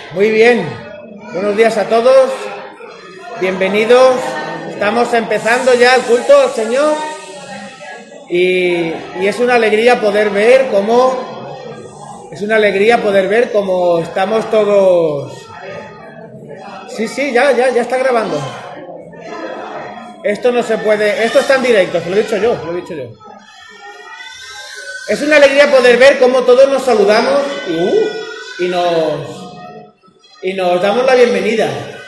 Muy bien, buenos días a todos, bienvenidos. Estamos empezando ya el culto al Señor y es una alegría poder ver cómo estamos todos. Sí, ya está grabando. Esto no se puede, esto está en directo, lo he dicho yo. Es una alegría poder ver cómo todos nos saludamos y nos damos la bienvenida.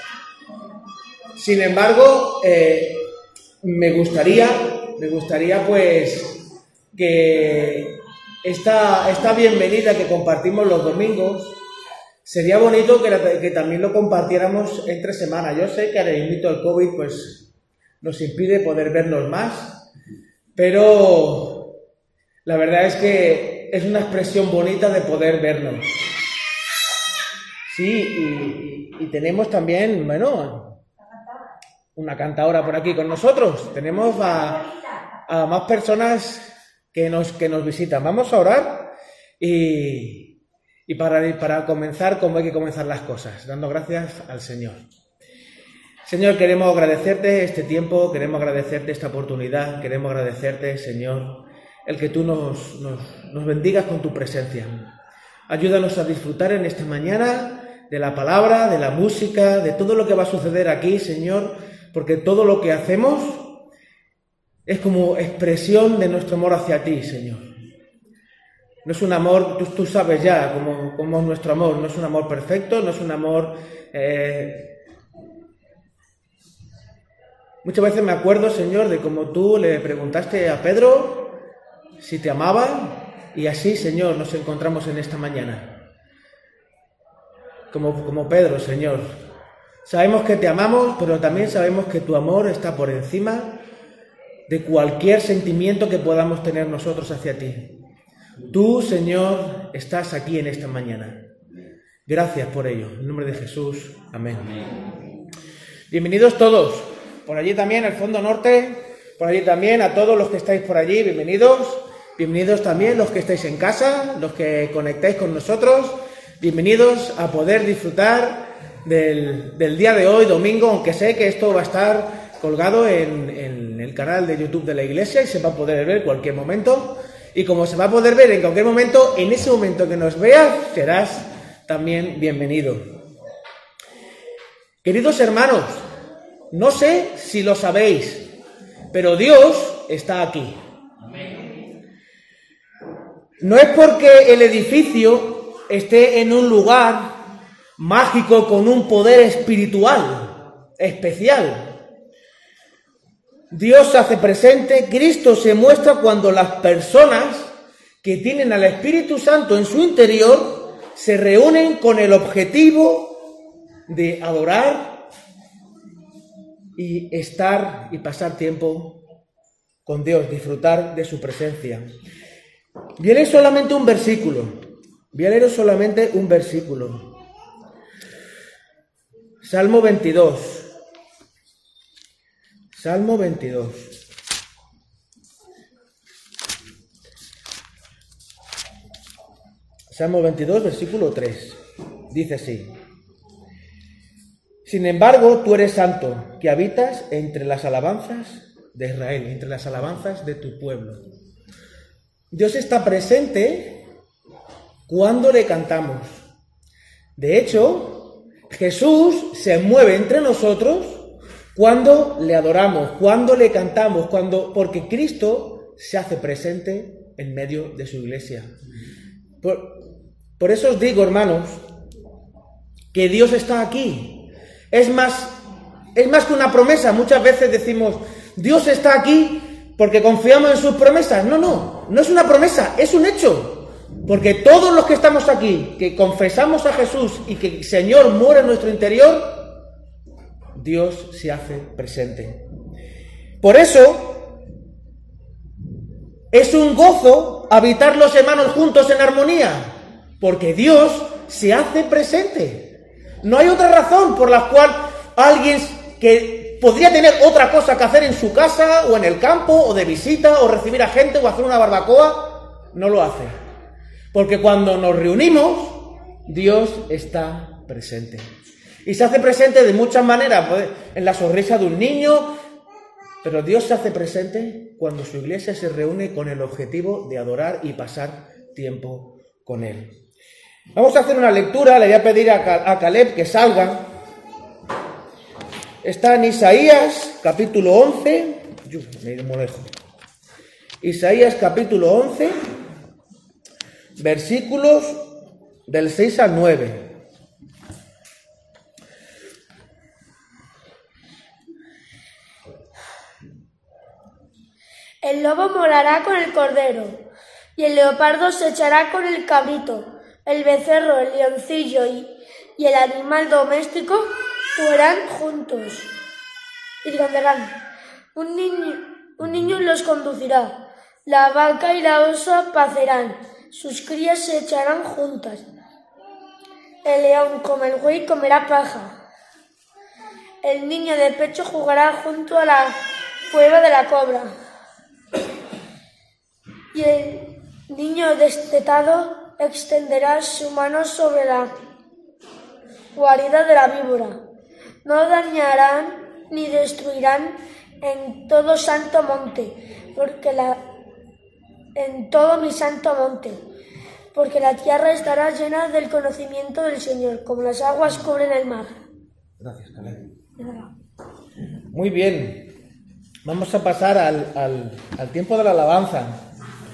Sin embargo, me gustaría pues que esta bienvenida que compartimos los domingos, sería bonito que también lo compartiéramos entre semana. Yo sé que ahora mismo el COVID pues nos impide poder vernos más, pero la verdad es que es una expresión bonita de poder vernos. Sí, y tenemos también, una cantadora por aquí con nosotros. Tenemos a más personas que nos visitan. Vamos a orar y para comenzar, como hay que comenzar las cosas, dando gracias al Señor. Señor, queremos agradecerte este tiempo, queremos agradecerte esta oportunidad, queremos agradecerte, Señor, el que tú nos bendigas con tu presencia. Ayúdanos a disfrutar en esta mañana de la palabra, de la música, de todo lo que va a suceder aquí, Señor, porque todo lo que hacemos es como expresión de nuestro amor hacia ti, Señor. No es un amor, tú sabes ya cómo es nuestro amor, no es un amor perfecto, no es un amor... Muchas veces me acuerdo, Señor, de cómo tú le preguntaste a Pedro si te amaba, y así, Señor, nos encontramos en esta mañana. Como Pedro, Señor. Sabemos que te amamos, pero también sabemos que tu amor está por encima de cualquier sentimiento que podamos tener nosotros hacia ti. Tú, Señor, estás aquí en esta mañana. Gracias por ello. En nombre de Jesús. Amén. Bienvenidos todos. Por allí también, al fondo norte. Por allí también, a todos los que estáis por allí. Bienvenidos. Bienvenidos también los que estáis en casa, los que conectáis con nosotros. Bienvenidos a poder disfrutar del día de hoy, domingo, aunque sé que esto va a estar colgado en el canal de YouTube de la iglesia y se va a poder ver en cualquier momento. Y como se va a poder ver en cualquier momento, en ese momento que nos veas, serás también bienvenido. Queridos hermanos, no sé si lo sabéis, pero Dios está aquí. No es porque el edificio esté en un lugar mágico con un poder espiritual especial. Dios se hace presente, Cristo se muestra cuando las personas que tienen al Espíritu Santo en su interior se reúnen con el objetivo de adorar y estar y pasar tiempo con Dios, disfrutar de su presencia. Voy a leer solamente un versículo. Salmo 22. Salmo 22. Salmo 22, versículo 3. Dice así: Sin embargo, tú eres santo, que habitas entre las alabanzas de Israel, entre las alabanzas de tu pueblo. Dios está presente cuando le cantamos. De hecho, Jesús se mueve entre nosotros cuando le adoramos, cuando le cantamos, porque Cristo se hace presente en medio de su iglesia. Por eso os digo, hermanos, que Dios está aquí. Es más que una promesa. Muchas veces decimos, Dios está aquí porque confiamos en sus promesas. No es una promesa, es un hecho. Porque todos los que estamos aquí, que confesamos a Jesús y que el Señor muere en nuestro interior, Dios se hace presente. Por eso es un gozo habitar los hermanos juntos en armonía, porque Dios se hace presente. No hay otra razón por la cual alguien que podría tener otra cosa que hacer en su casa o en el campo o de visita o recibir a gente o hacer una barbacoa, no lo hace. Porque cuando nos reunimos, Dios está presente. Y se hace presente de muchas maneras, pues, en la sonrisa de un niño, pero Dios se hace presente cuando su iglesia se reúne con el objetivo de adorar y pasar tiempo con Él. Vamos a hacer una lectura, le voy a pedir a Caleb que salga. Está en Isaías, capítulo 11. Me iré muy lejos. Isaías, capítulo 11, versículos del 6 al 9. El lobo morará con el cordero, y el leopardo se echará con el cabrito. El becerro, el leoncillo y el animal doméstico fuerán juntos y cantarán. Un niño los conducirá. La vaca y la osa pacerán. Sus crías se echarán juntas. El león, como el buey, comerá paja. El niño de pecho jugará junto a la cueva de la cobra. Y el niño destetado extenderá su mano sobre la guarida de la víbora. No dañarán ni destruirán en todo santo monte, en todo mi santo monte, porque la tierra estará llena del conocimiento del Señor, como las aguas cubren el mar. Gracias, Caleb. Muy bien. Vamos a pasar al tiempo de la alabanza.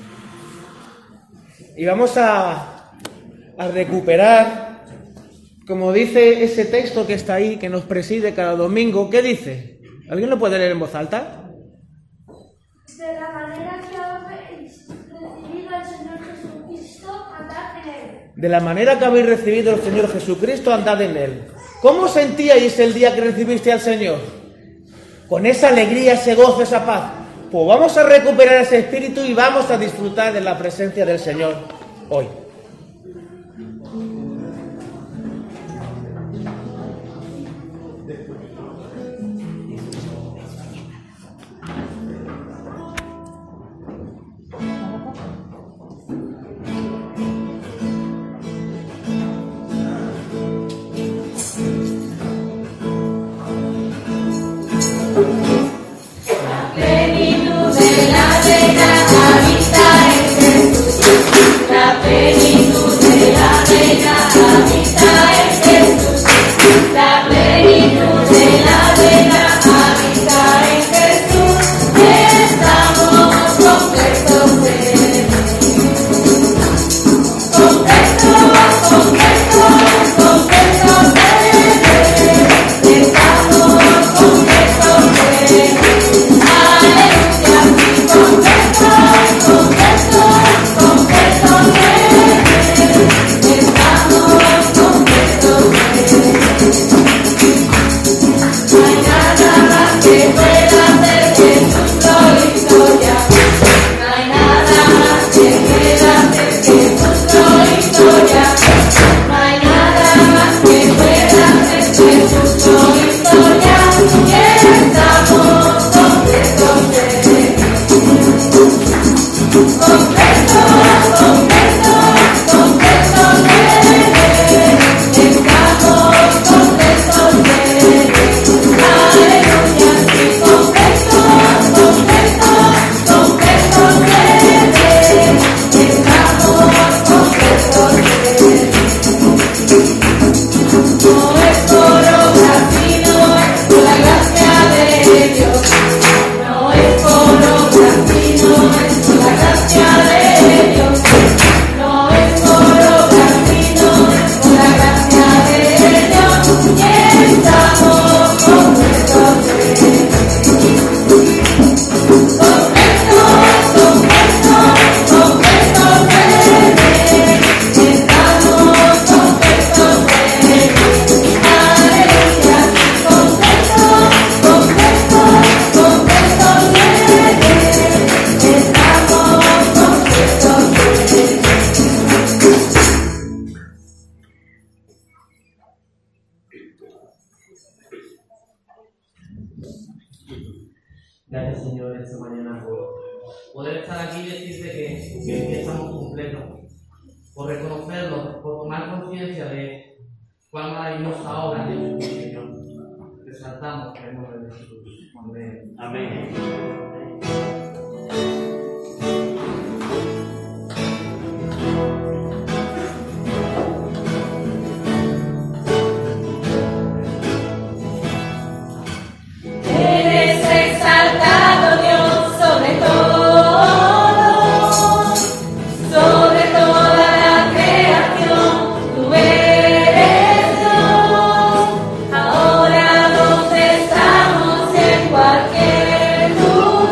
Y vamos a recuperar, como dice ese texto que está ahí, que nos preside cada domingo. ¿Qué dice? ¿Alguien lo puede leer en voz alta? De la manera que habéis recibido al Señor Jesucristo, andad en Él. De la manera que habéis recibido al Señor Jesucristo, andad en Él. ¿Cómo sentíais el día que recibiste al Señor? Con esa alegría, ese gozo, esa paz. Pues vamos a recuperar ese espíritu y vamos a disfrutar de la presencia del Señor hoy. Gracias, Señor, esta mañana por poder estar aquí y decirte que estamos completos, por reconocerlo, por tomar conciencia de Cuán maravillosa obra de Dios, Señor. Te saltamos en el nombre de Jesús. Amén. Amén. Eres exaltado, Dios, sobre toda la creación. Tú eres Dios. Ahora donde estamos, en cualquier lugar.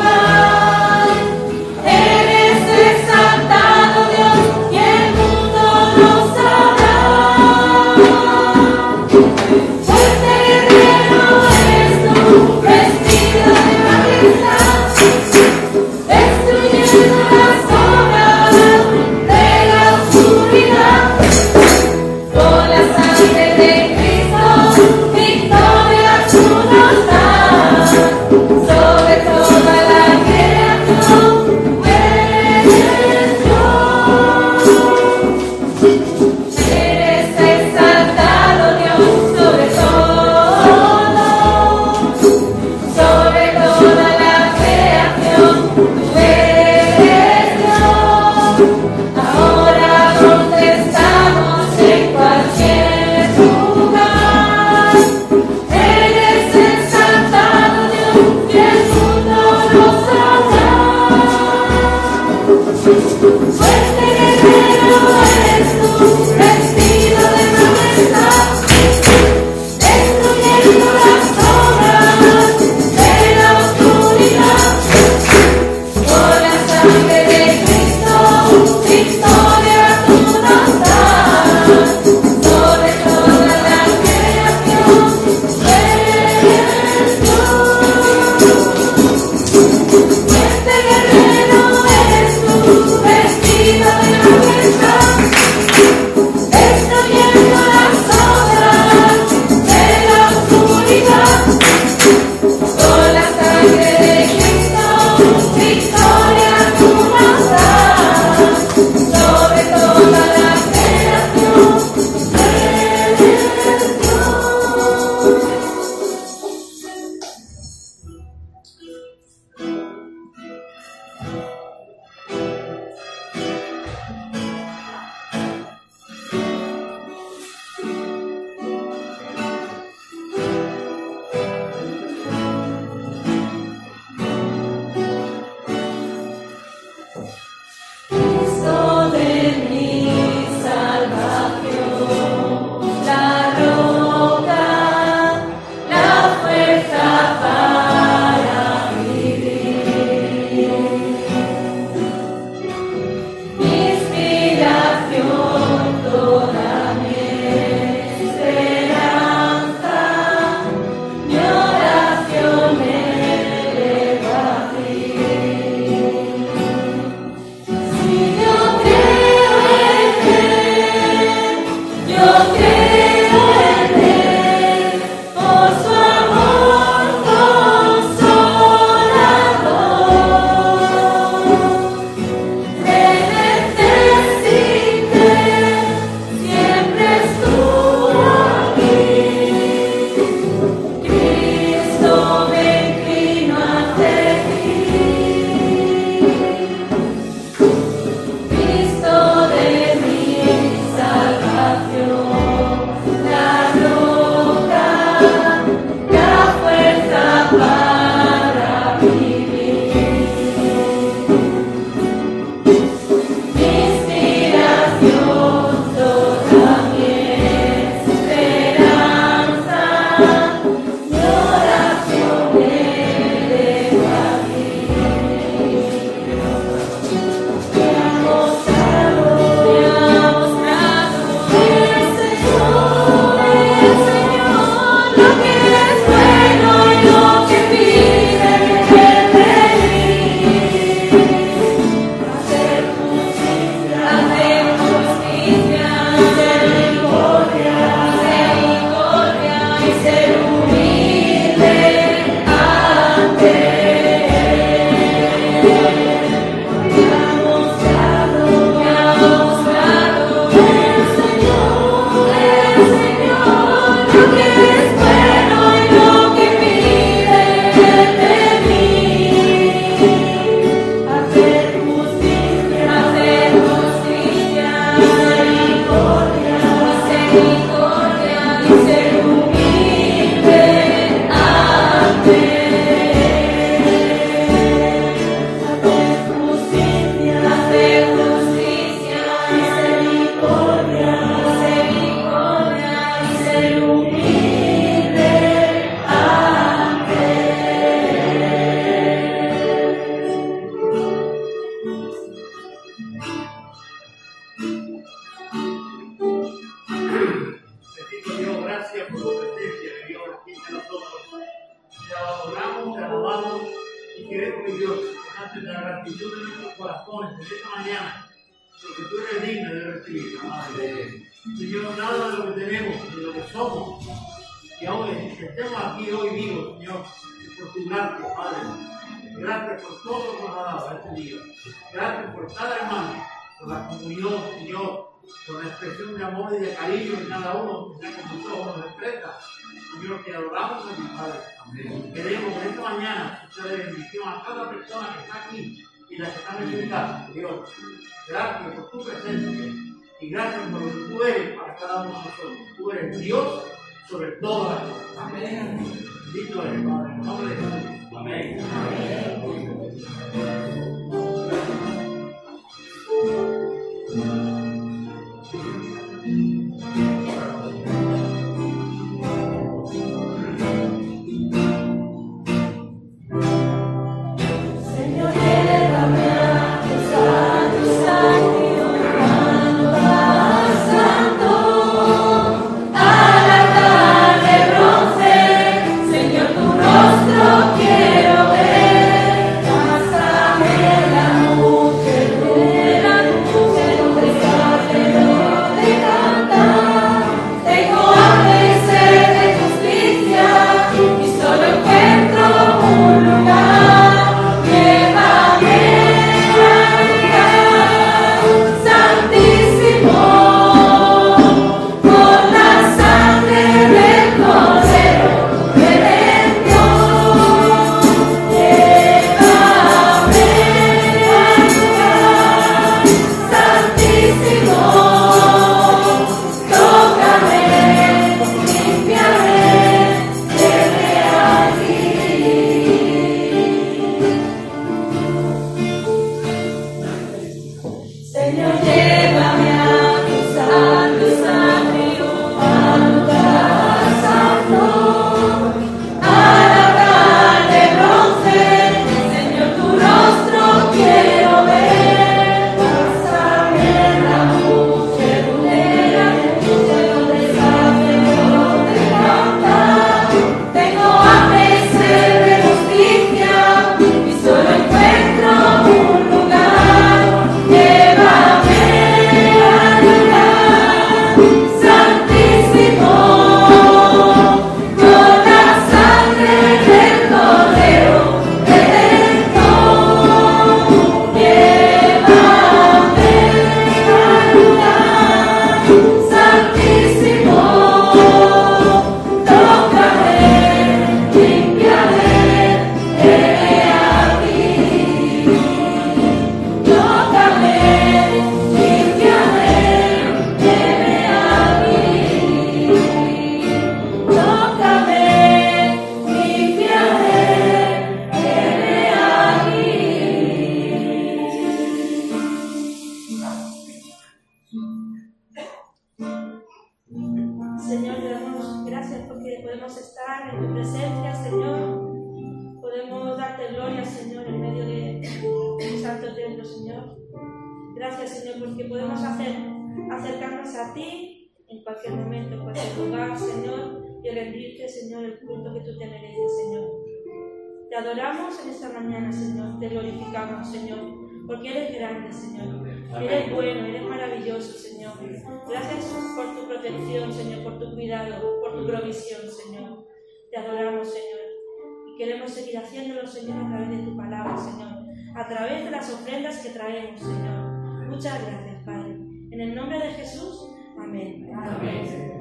Seguir haciéndolo, Señor, a través de tu palabra, Señor, a través de las ofrendas que traemos, Señor. Muchas gracias, Padre. En el nombre de Jesús, amén. Amén.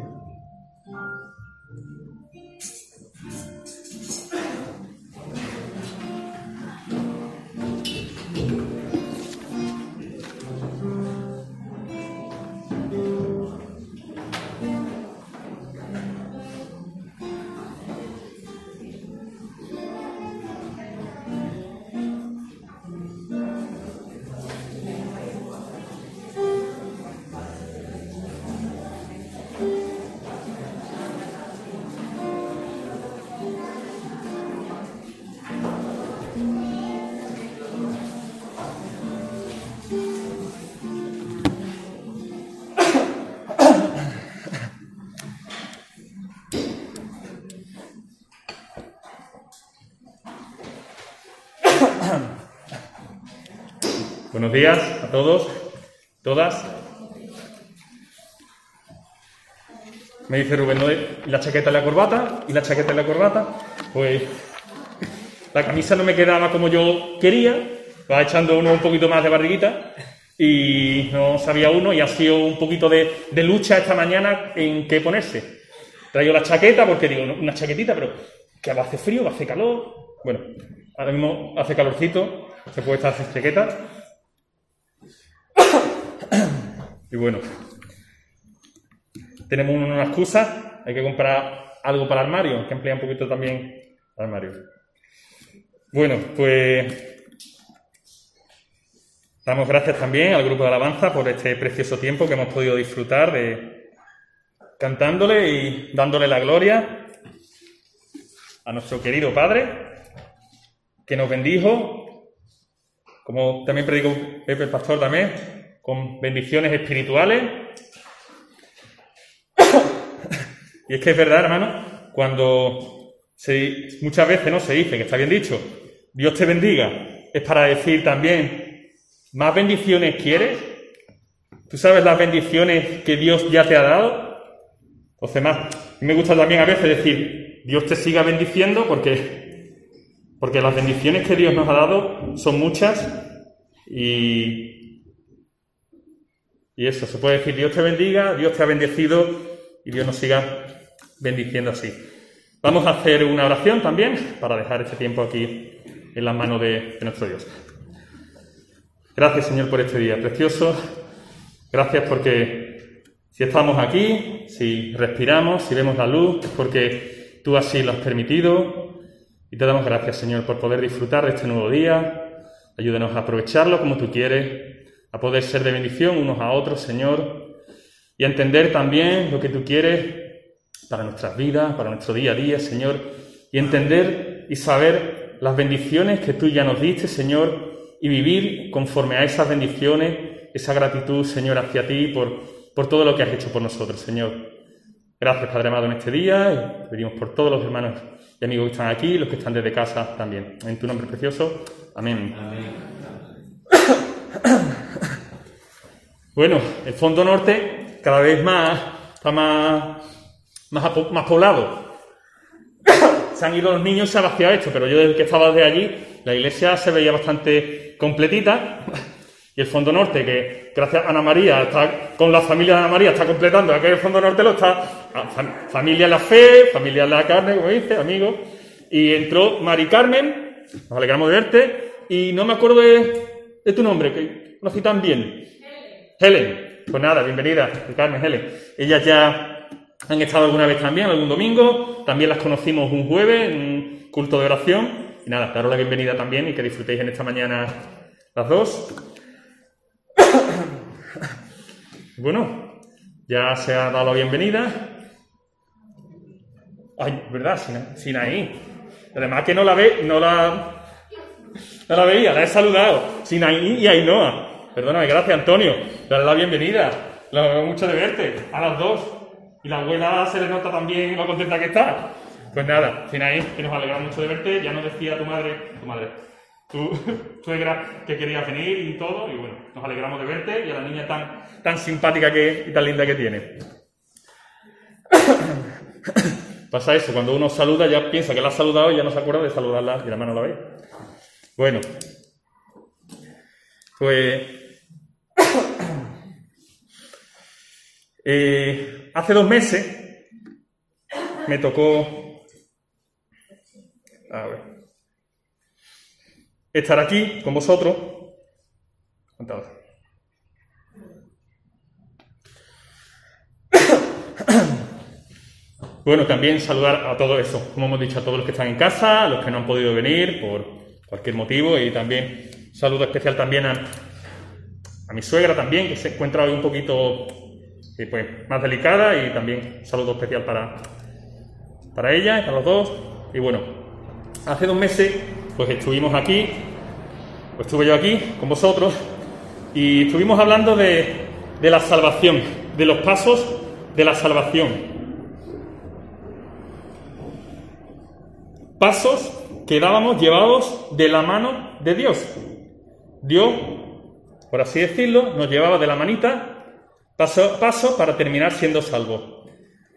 Buenos días a todos, todas. Me dice Rubén, ¿no? La chaqueta y la corbata, y la chaqueta y la corbata. Pues la camisa no me quedaba como yo quería, va echando uno un poquito más de barriguita y no sabía uno, y ha sido un poquito de lucha esta mañana en qué ponerse. Traigo la chaqueta porque digo, una chaquetita, pero que va a hacer frío, va a hacer calor. Bueno, ahora mismo hace calorcito, se puede estar sin chaqueta. Y bueno, tenemos una excusa, hay que comprar algo para el armario, hay que ampliar un poquito también el armario. Bueno, pues damos gracias también al grupo de alabanza por este precioso tiempo que hemos podido disfrutar de cantándole y dándole la gloria a nuestro querido Padre, que nos bendijo, como también predicó Pepe el Pastor también, con bendiciones espirituales. Y es que es verdad, hermano, cuando muchas veces no se dice, que está bien dicho, Dios te bendiga, es para decir también, ¿más bendiciones quieres? ¿Tú sabes las bendiciones que Dios ya te ha dado? Entonces, más, me gusta también a veces decir, Dios te siga bendiciendo, porque las bendiciones que Dios nos ha dado son muchas, y eso, se puede decir, Dios te bendiga, Dios te ha bendecido, y Dios nos siga bendiciendo así. Vamos a hacer una oración también para dejar este tiempo aquí en las manos de nuestro Dios. Gracias, Señor, por este día precioso. Gracias porque si estamos aquí, si respiramos, si vemos la luz, es porque tú así lo has permitido. Y te damos gracias, Señor, por poder disfrutar de este nuevo día. Ayúdanos a aprovecharlo como tú quieres, a poder ser de bendición unos a otros, Señor, y a entender también lo que tú quieres para nuestras vidas, para nuestro día a día, Señor, y entender y saber las bendiciones que tú ya nos diste, Señor, y vivir conforme a esas bendiciones, esa gratitud, Señor, hacia ti por todo lo que has hecho por nosotros, Señor. Gracias, Padre amado, en este día, y pedimos por todos los hermanos y amigos que están aquí, y los que están desde casa también. En tu nombre precioso. Amén. Amén. Bueno, el fondo norte cada vez está más poblado. Se han ido los niños y se ha vaciado esto, pero yo desde que estaba desde allí, la iglesia se veía bastante completita, y el fondo norte, que gracias a Ana María, está con la familia de Ana María, está completando aquel fondo norte, lo está familia en la fe, familia en la carne, como dice, amigos, y entró Mari Carmen, nos alegramos de verte, y no me acuerdo de tu nombre, que conocí tan bien. Helen. Pues nada, bienvenida, Carmen, Helen. Ellas ya han estado alguna vez también, algún domingo, también las conocimos un jueves en un culto de oración, y nada, daros la bienvenida también y que disfrutéis en esta mañana las dos. Bueno, ya se ha dado la bienvenida. Ay, ¿verdad? Sinaí. Además que no la veía, la he saludado. Sinaí y Ainhoa. Perdóname, gracias, Antonio. Dale la bienvenida. Lo veo mucho de verte, a las dos. Y la abuela se le nota también lo contenta que está. Pues nada, Sinaí, que nos alegra mucho de verte. Ya nos decía tu suegra que quería venir y todo. Y bueno, nos alegramos de verte y a la niña tan simpática y tan linda que tiene. Pasa eso, cuando uno saluda ya piensa que la ha saludado y ya no se acuerda de saludarla y la mano la ve. Bueno, pues hace 2 meses me tocó estar aquí con vosotros. Bueno, también saludar a todos eso, como hemos dicho, a todos los que están en casa, a los que no han podido venir por cualquier motivo, y también un saludo especial también a mi suegra también, que se encuentra hoy un poquito más delicada, y también un saludo especial para ella y para los dos. Y bueno, hace 2 meses pues estuvimos aquí, pues estuve yo aquí con vosotros, y estuvimos hablando de la salvación, de los pasos de la salvación. Pasos que dábamos llevados de la mano de Dios. Dios por así decirlo, nos llevaba de la manita, paso a paso, para terminar siendo salvos.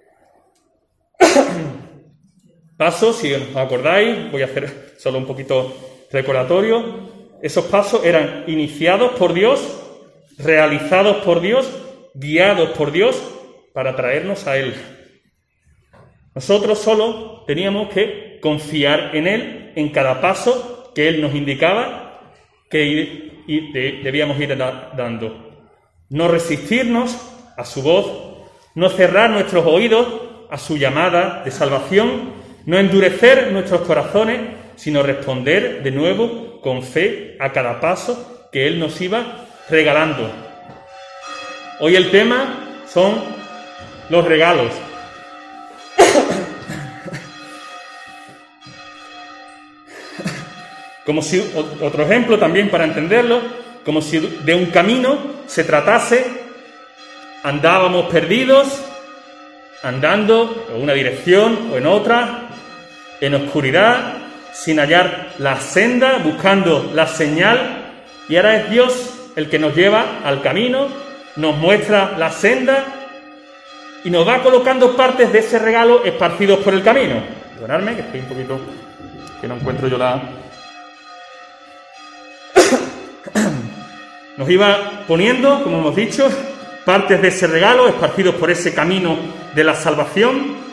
Pasos, si os acordáis, voy a hacer solo un poquito recordatorio. Esos pasos eran iniciados por Dios, realizados por Dios, guiados por Dios para traernos a Él. Nosotros solo teníamos que confiar en Él en cada paso que Él nos indicaba que debíamos ir dando. No resistirnos a su voz, no cerrar nuestros oídos a su llamada de salvación, no endurecer nuestros corazones, sino responder de nuevo con fe a cada paso que Él nos iba regalando. Hoy el tema son los regalos. Como si, otro ejemplo también para entenderlo, como si de un camino se tratase, andábamos perdidos, andando en una dirección o en otra, en oscuridad, sin hallar la senda, buscando la señal, y ahora es Dios el que nos lleva al camino, nos muestra la senda y nos va colocando partes de ese regalo esparcidos por el camino. Perdonadme, que estoy un poquito, que no encuentro yo la... Nos iba poniendo, como hemos dicho, partes de ese regalo esparcidos por ese camino de la salvación.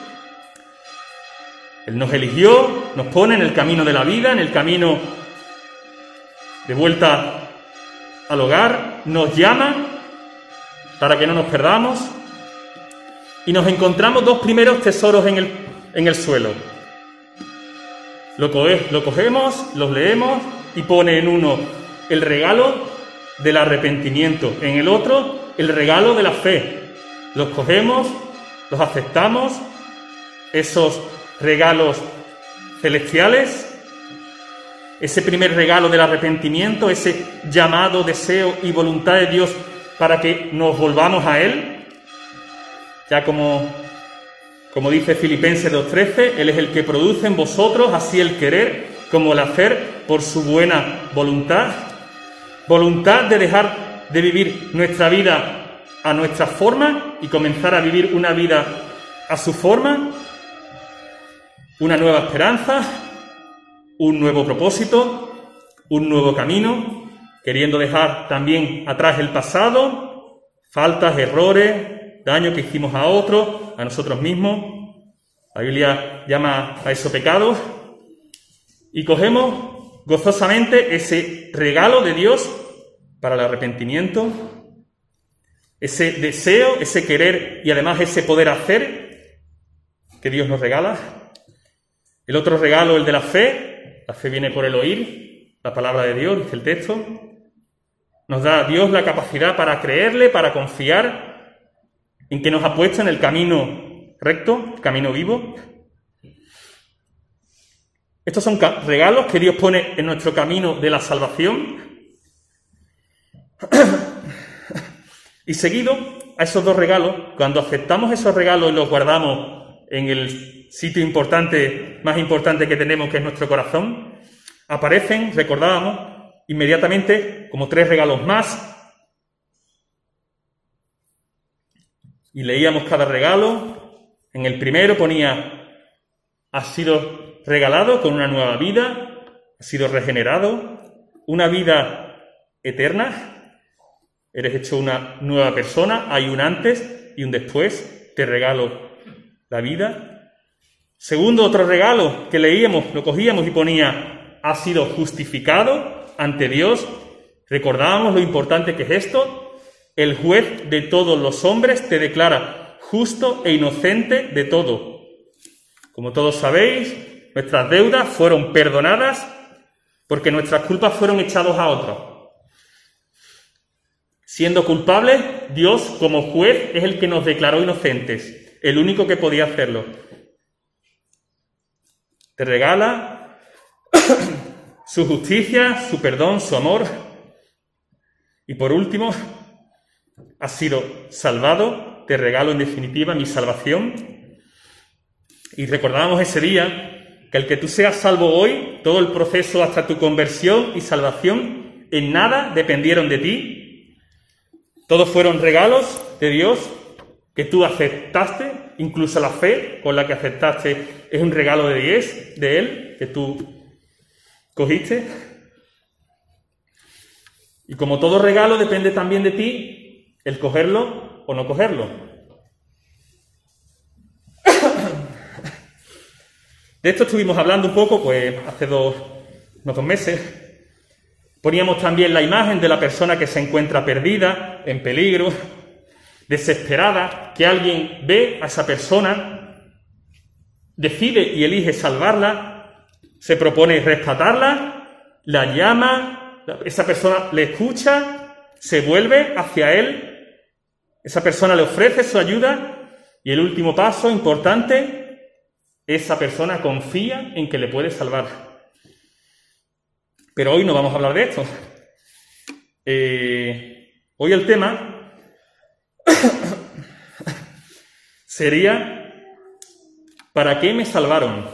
Él nos eligió, nos pone en el camino de la vida, en el camino de vuelta al hogar, nos llama para que no nos perdamos y nos encontramos dos primeros tesoros en el suelo. Lo cogemos, los leemos y pone en uno el regalo del arrepentimiento, en el otro el regalo de la fe. Los cogemos, los aceptamos, esos regalos celestiales, ese primer regalo del arrepentimiento, ese llamado, deseo y voluntad de Dios para que nos volvamos a Él. Ya como dice Filipenses 2:13, Él es el que produce en vosotros así el querer como el hacer por su buena voluntad. Voluntad de dejar de vivir nuestra vida a nuestra forma y comenzar a vivir una vida a su forma. Una nueva esperanza, un nuevo propósito, un nuevo camino, queriendo dejar también atrás el pasado, faltas, errores, daño que hicimos a otros, a nosotros mismos. La Biblia llama a eso pecados. Y cogemos gozosamente ese regalo de Dios para el arrepentimiento, ese deseo, ese querer y además ese poder hacer que Dios nos regala. El otro regalo, el de la fe viene por el oír la palabra de Dios, dice el texto. Nos da a Dios la capacidad para creerle, para confiar en que nos ha puesto en el camino recto, el camino vivo. Estos son regalos que Dios pone en nuestro camino de la salvación. Y seguido a esos dos regalos, cuando aceptamos esos regalos y los guardamos en el sitio más importante que tenemos, que es nuestro corazón, aparecen, recordábamos, inmediatamente como 3 regalos más. Y leíamos cada regalo. En el primero ponía: has sido regalado con una nueva vida, has sido regenerado, una vida eterna, eres hecho una nueva persona, hay un antes y un después, te regalo la vida. Segundo, otro regalo que leíamos, lo cogíamos y ponía: has sido justificado ante Dios. Recordábamos lo importante que es esto. El juez de todos los hombres te declara justo e inocente de todo. Como todos sabéis, nuestras deudas fueron perdonadas porque nuestras culpas fueron echadas a otros. Siendo culpables, Dios como juez es el que nos declaró inocentes, el único que podía hacerlo. Te regala su justicia, su perdón, su amor. Y por último, has sido salvado, te regalo en definitiva mi salvación. Y recordábamos ese día que el que tú seas salvo hoy, todo el proceso hasta tu conversión y salvación, en nada dependieron de ti, Todos fueron regalos de Dios que tú aceptaste, incluso la fe con la que aceptaste es un regalo de Él, que tú cogiste. Y como todo regalo depende también de ti el cogerlo o no cogerlo. De esto estuvimos hablando un poco, pues hace unos 2 meses. Poníamos también la imagen de la persona que se encuentra perdida, en peligro, desesperada, que alguien ve a esa persona, decide y elige salvarla, se propone rescatarla, la llama, esa persona le escucha, se vuelve hacia él, esa persona le ofrece su ayuda y el último paso importante, esa persona confía en que le puede salvar. Pero hoy no vamos a hablar de esto. Hoy el tema sería ¿para qué me salvaron?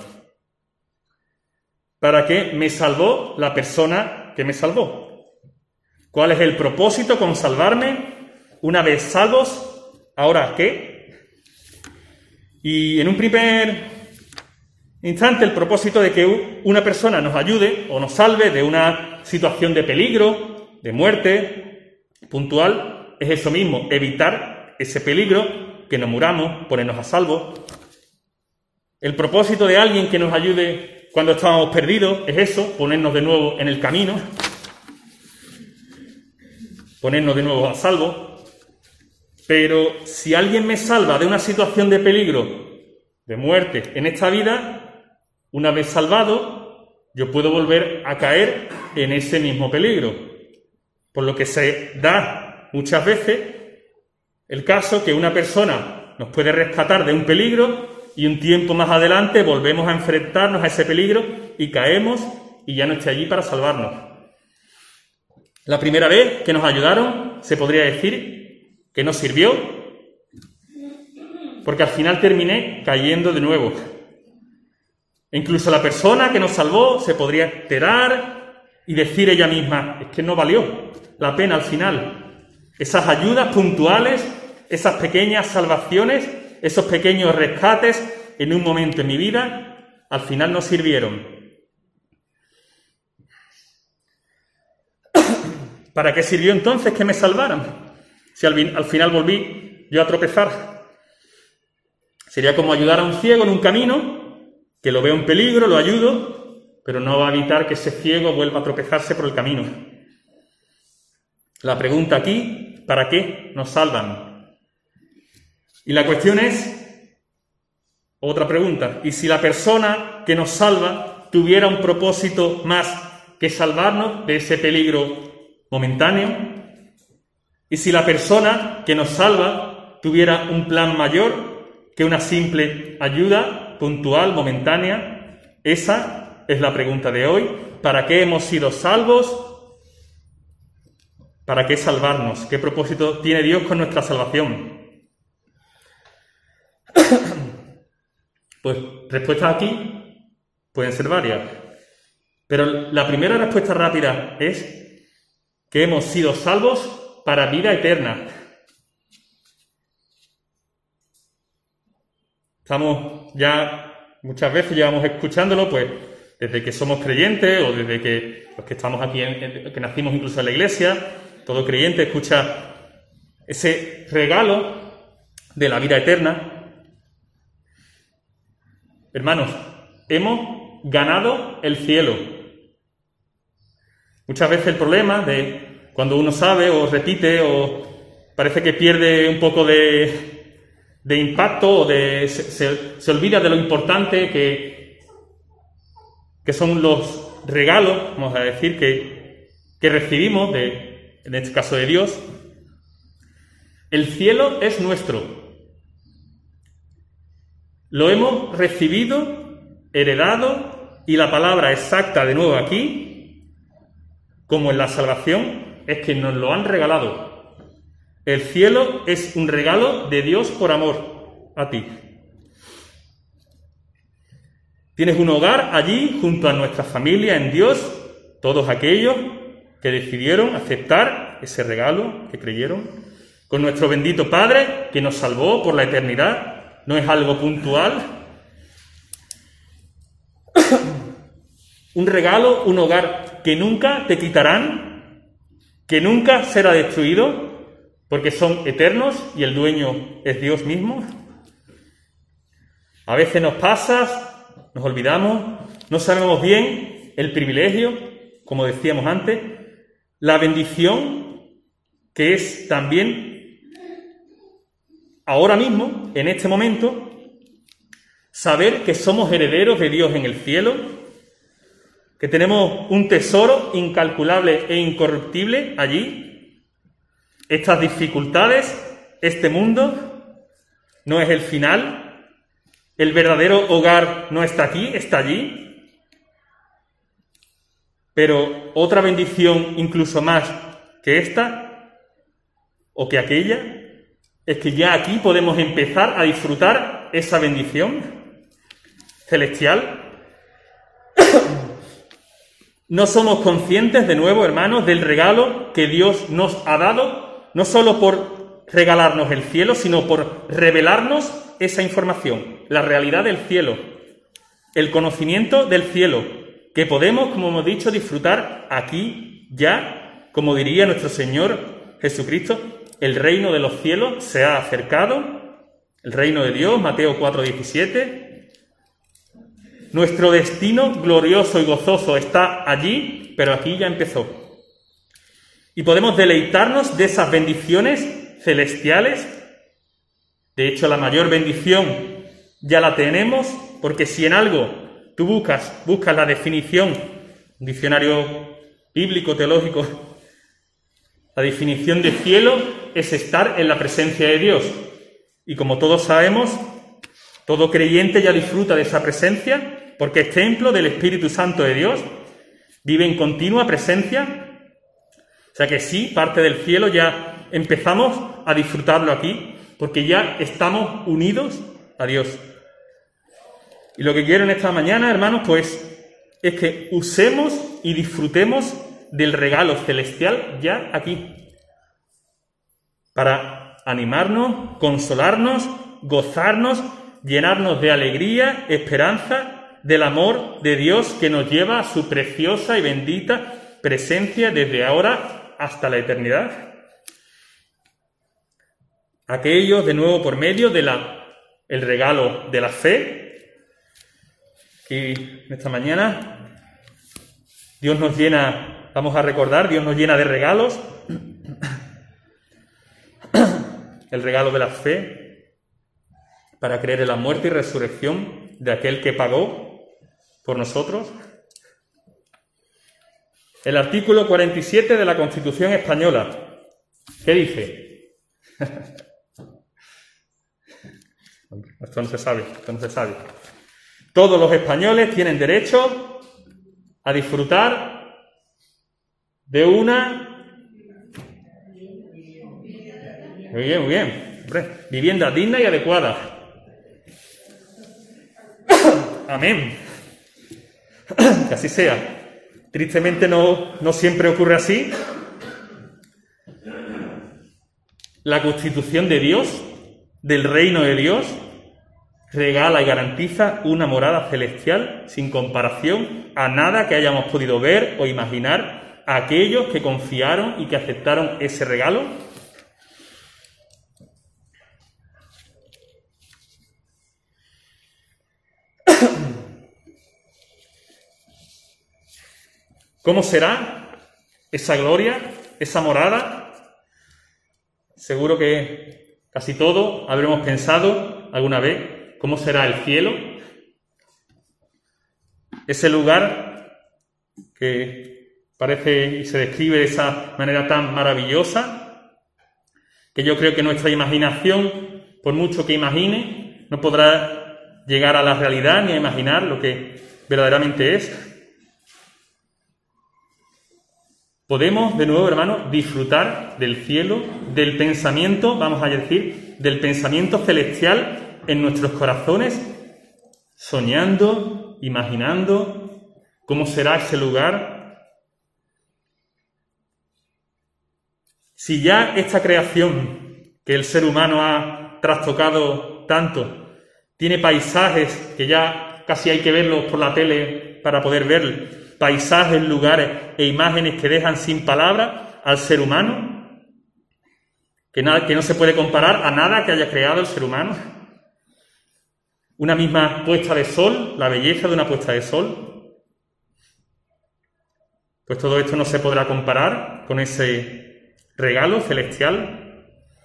¿Para qué me salvó la persona que me salvó? ¿Cuál es el propósito con salvarme? Una vez salvos, ¿ahora qué? Y en un primer instante, el propósito de que una persona nos ayude o nos salve de una situación de peligro, de muerte puntual, es eso mismo, evitar ese peligro, que no muramos, ponernos a salvo. El propósito de alguien que nos ayude cuando estábamos perdidos es eso, ponernos de nuevo en el camino, ponernos de nuevo a salvo. Pero si alguien me salva de una situación de peligro, de muerte en esta vida, una vez salvado, yo puedo volver a caer en ese mismo peligro. Por lo que se da muchas veces el caso que una persona nos puede rescatar de un peligro y un tiempo más adelante volvemos a enfrentarnos a ese peligro y caemos y ya no esté allí para salvarnos. La primera vez que nos ayudaron se podría decir que nos sirvió, porque al final terminé cayendo de nuevo. Incluso la persona que nos salvó se podría enterar y decir ella misma, es que no valió la pena al final. Esas ayudas puntuales, esas pequeñas salvaciones, esos pequeños rescates en un momento en mi vida, al final no sirvieron. ¿Para qué sirvió entonces que me salvaran? Si al final volví yo a tropezar. Sería como ayudar a un ciego en un camino, que lo veo en peligro, lo ayudo, pero no va a evitar que ese ciego vuelva a tropezarse por el camino. La pregunta aquí, ¿para qué nos salvan? Y la cuestión es, otra pregunta, ¿y si la persona que nos salva tuviera un propósito más que salvarnos de ese peligro momentáneo? ¿Y si la persona que nos salva tuviera un plan mayor que una simple ayuda puntual, momentánea? Esa es la pregunta de hoy. ¿Para qué hemos sido salvos? ¿Para qué salvarnos? ¿Qué propósito tiene Dios con nuestra salvación? Pues respuestas aquí pueden ser varias. Pero la primera respuesta rápida es que hemos sido salvos para vida eterna. Estamos ya, muchas veces llevamos escuchándolo, pues, desde que somos creyentes o desde que los que estamos aquí, que nacimos incluso en la iglesia, todo creyente escucha ese regalo de la vida eterna. Hermanos, hemos ganado el cielo. Muchas veces el problema de cuando uno sabe o repite o parece que pierde un poco de impacto o se olvida de lo importante que son los regalos, vamos a decir, que recibimos, en este caso de Dios. El cielo es nuestro. Lo hemos recibido, heredado, y la palabra exacta de nuevo aquí, como en la salvación, es que nos lo han regalado. El cielo es un regalo de Dios por amor a ti. Tienes un hogar allí junto a nuestra familia en Dios, todos aquellos que decidieron aceptar ese regalo, que creyeron. con nuestro bendito Padre que nos salvó por la eternidad, no es algo puntual. Un regalo, un hogar que nunca te quitarán, que nunca será destruido, porque son eternos y el dueño es Dios mismo. A veces nos pasa, nos olvidamos, no sabemos bien el privilegio, como decíamos antes, la bendición que es también ahora mismo, en este momento, saber que somos herederos de Dios en el cielo, que tenemos un tesoro incalculable e incorruptible allí. Estas dificultades, este mundo, no es el final. El verdadero hogar no está aquí, está allí. Pero otra bendición incluso más que esta o que aquella es que ya aquí podemos empezar a disfrutar esa bendición celestial. No somos conscientes, de nuevo, hermanos, del regalo que Dios nos ha dado, no solo por regalarnos el cielo, sino por revelarnos esa información, la realidad del cielo, el conocimiento del cielo, que podemos, como hemos dicho, disfrutar aquí, ya, como diría nuestro Señor Jesucristo, el reino de los cielos se ha acercado, el reino de Dios, Mateo 4:17. Nuestro destino glorioso y gozoso está allí, pero aquí ya empezó. Y podemos deleitarnos de esas bendiciones celestiales. De hecho, la mayor bendición ya la tenemos, porque si en algo tú buscas la definición, un diccionario bíblico, teológico, la definición de cielo es estar en la presencia de Dios. Y como todos sabemos, todo creyente ya disfruta de esa presencia, porque es templo del Espíritu Santo de Dios, vive en continua presencia. O sea que sí, parte del cielo ya empezamos a disfrutarlo aquí, porque ya estamos unidos a Dios. Y lo que quiero en esta mañana, hermanos, pues es que usemos y disfrutemos del regalo celestial ya aquí, para animarnos, consolarnos, gozarnos, llenarnos de alegría, esperanza, del amor de Dios que nos lleva a su preciosa y bendita presencia desde ahora hasta la eternidad. Aquellos, de nuevo, por medio de el regalo de la fe, que en esta mañana Dios nos llena, vamos a recordar, Dios nos llena de regalos. El regalo de la fe para creer en la muerte y resurrección de aquel que pagó por nosotros. El artículo 47 de la Constitución Española, ¿qué dice? Esto no se sabe. Todos los españoles tienen derecho a disfrutar de una... Muy bien. Hombre, vivienda digna y adecuada. Amén. Que así sea. Tristemente no siempre ocurre así. La Constitución de Dios, del reino de Dios, regala y garantiza una morada celestial sin comparación a nada que hayamos podido ver o imaginar a aquellos que confiaron y que aceptaron ese regalo. ¿Cómo será esa gloria, esa morada? Seguro que casi todos habremos pensado alguna vez cómo será el cielo. Ese lugar que parece y se describe de esa manera tan maravillosa, que yo creo que nuestra imaginación, por mucho que imagine, no podrá llegar a la realidad ni a imaginar lo que verdaderamente es. Podemos, de nuevo, hermanos, disfrutar del cielo, del pensamiento, vamos a decir, del pensamiento celestial en nuestros corazones, soñando, imaginando cómo será ese lugar. Si ya esta creación que el ser humano ha trastocado tanto. Tiene paisajes que ya casi hay que verlos por la tele para poder verlos. Paisajes, lugares e imágenes que dejan sin palabras al ser humano, que no se puede comparar a nada que haya creado el ser humano. Una misma puesta de sol, la belleza de una puesta de sol. Pues todo esto no se podrá comparar con ese regalo celestial.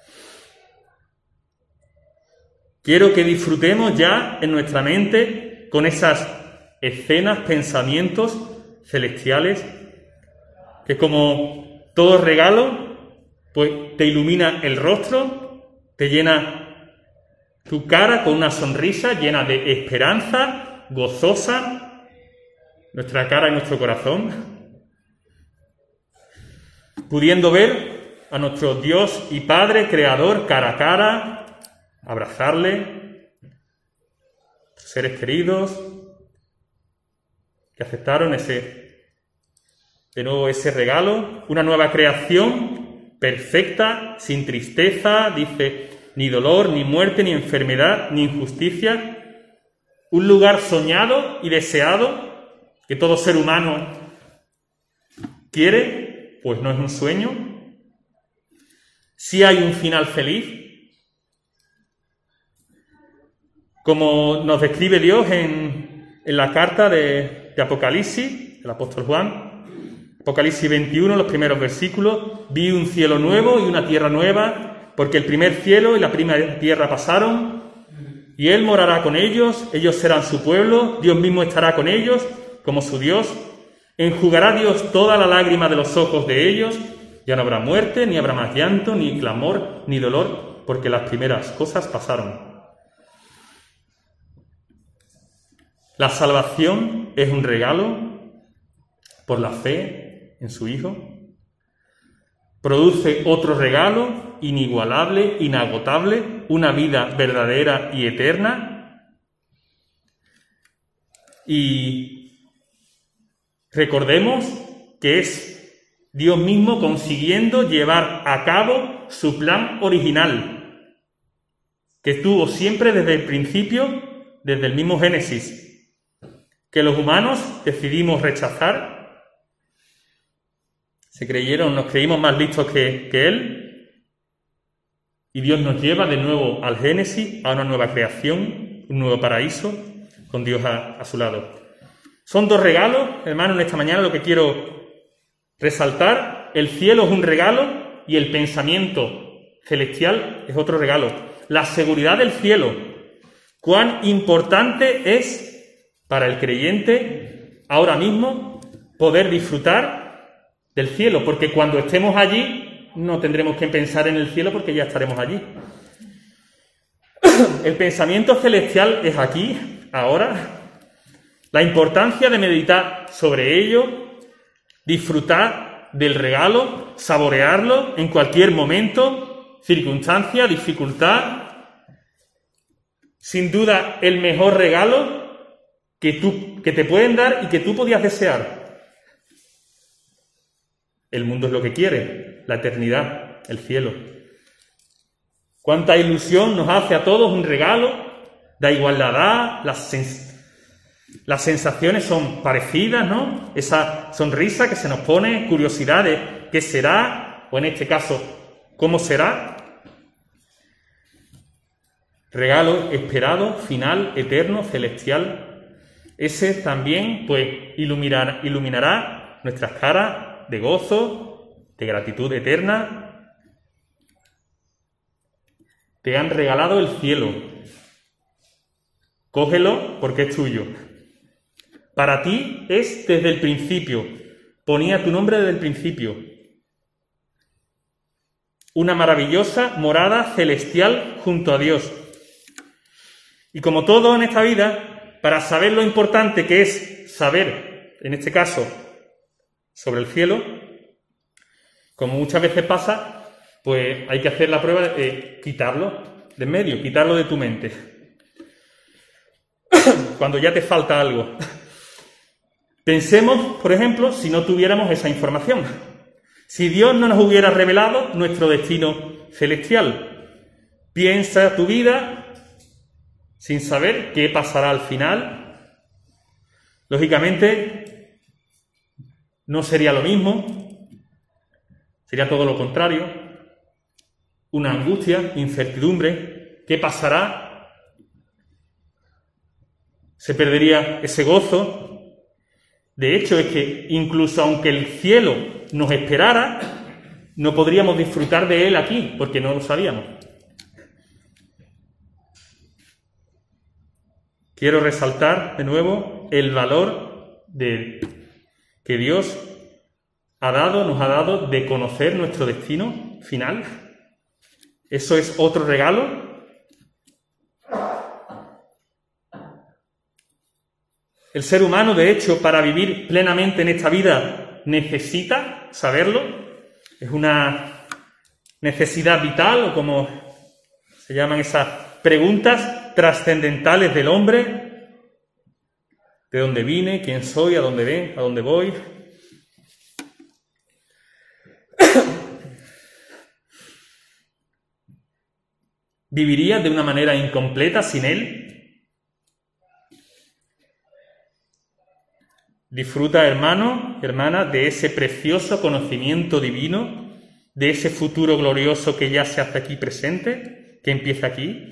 Quiero que disfrutemos ya en nuestra mente con esas escenas, pensamientos celestiales, que como todo regalo, pues te ilumina el rostro, te llena tu cara con una sonrisa llena de esperanza, gozosa, nuestra cara y nuestro corazón, pudiendo ver a nuestro Dios y Padre, Creador, cara a cara, abrazarle, seres queridos, que aceptaron ese regalo, una nueva creación perfecta, sin tristeza, dice, ni dolor, ni muerte, ni enfermedad, ni injusticia, un lugar soñado y deseado que todo ser humano quiere, pues no es un sueño. Sí hay un final feliz, como nos describe Dios en la carta de Apocalipsis, el apóstol Juan, Apocalipsis 21, los primeros versículos: vi un cielo nuevo y una tierra nueva, porque el primer cielo y la primera tierra pasaron, y Él morará con ellos, ellos serán su pueblo, Dios mismo estará con ellos como su Dios, enjugará Dios toda la lágrima de los ojos de ellos, ya no habrá muerte, ni habrá más llanto, ni clamor, ni dolor, porque las primeras cosas pasaron. La salvación es un regalo por la fe en su Hijo. Produce otro regalo inigualable, inagotable, una vida verdadera y eterna. Y recordemos que es Dios mismo consiguiendo llevar a cabo su plan original, que tuvo siempre desde el principio, desde el mismo Génesis, que los humanos decidimos rechazar. Nos creímos más listos que Él, y Dios nos lleva de nuevo al Génesis, a una nueva creación, un nuevo paraíso, con Dios a su lado. Son dos regalos, hermanos, en esta mañana lo que quiero resaltar: el cielo es un regalo y el pensamiento celestial es otro regalo. La seguridad del cielo, cuán importante es para el creyente ahora mismo poder disfrutar del cielo, porque cuando estemos allí no tendremos que pensar en el cielo porque ya estaremos allí. El pensamiento celestial es aquí, ahora. La importancia de meditar sobre ello, disfrutar del regalo, saborearlo en cualquier momento, circunstancia, dificultad. Sin duda, el mejor regalo que te pueden dar y que tú podías desear. El mundo es lo que quiere, la eternidad, el cielo. Cuánta ilusión nos hace a todos un regalo, da igual la edad, las sensaciones son parecidas, ¿no? Esa sonrisa que se nos pone, curiosidad de qué será, o en este caso, cómo será. Regalo esperado, final, eterno, celestial. Ese también, pues, iluminará nuestras caras de gozo, de gratitud eterna. Te han regalado el cielo. Cógelo porque es tuyo. Para ti es desde el principio. Ponía tu nombre desde el principio. Una maravillosa morada celestial junto a Dios. Y como todo en esta vida, para saber lo importante que es saber, en este caso, sobre el cielo, como muchas veces pasa, pues hay que hacer la prueba de quitarlo de en medio, quitarlo de tu mente. Cuando ya te falta algo. Pensemos, por ejemplo, si no tuviéramos esa información. Si Dios no nos hubiera revelado nuestro destino celestial, Piensa tu vida sin saber qué pasará al final. Lógicamente, no sería lo mismo, sería todo lo contrario. Una angustia, incertidumbre. ¿Qué pasará? Se perdería ese gozo. De hecho, es que incluso aunque el cielo nos esperara, no podríamos disfrutar de él aquí, porque no lo sabíamos. Quiero resaltar de nuevo el valor que Dios nos ha dado de conocer nuestro destino final. Eso es otro regalo. El ser humano, de hecho, para vivir plenamente en esta vida, necesita saberlo. Es una necesidad vital, o como se llaman esas preguntas trascendentales del hombre. ¿De dónde vine? ¿Quién soy? ¿A dónde voy? ¿Vivirías de una manera incompleta sin él? Disfruta, hermano, hermana, de ese precioso conocimiento divino, de ese futuro glorioso que ya se hace aquí presente, que empieza aquí.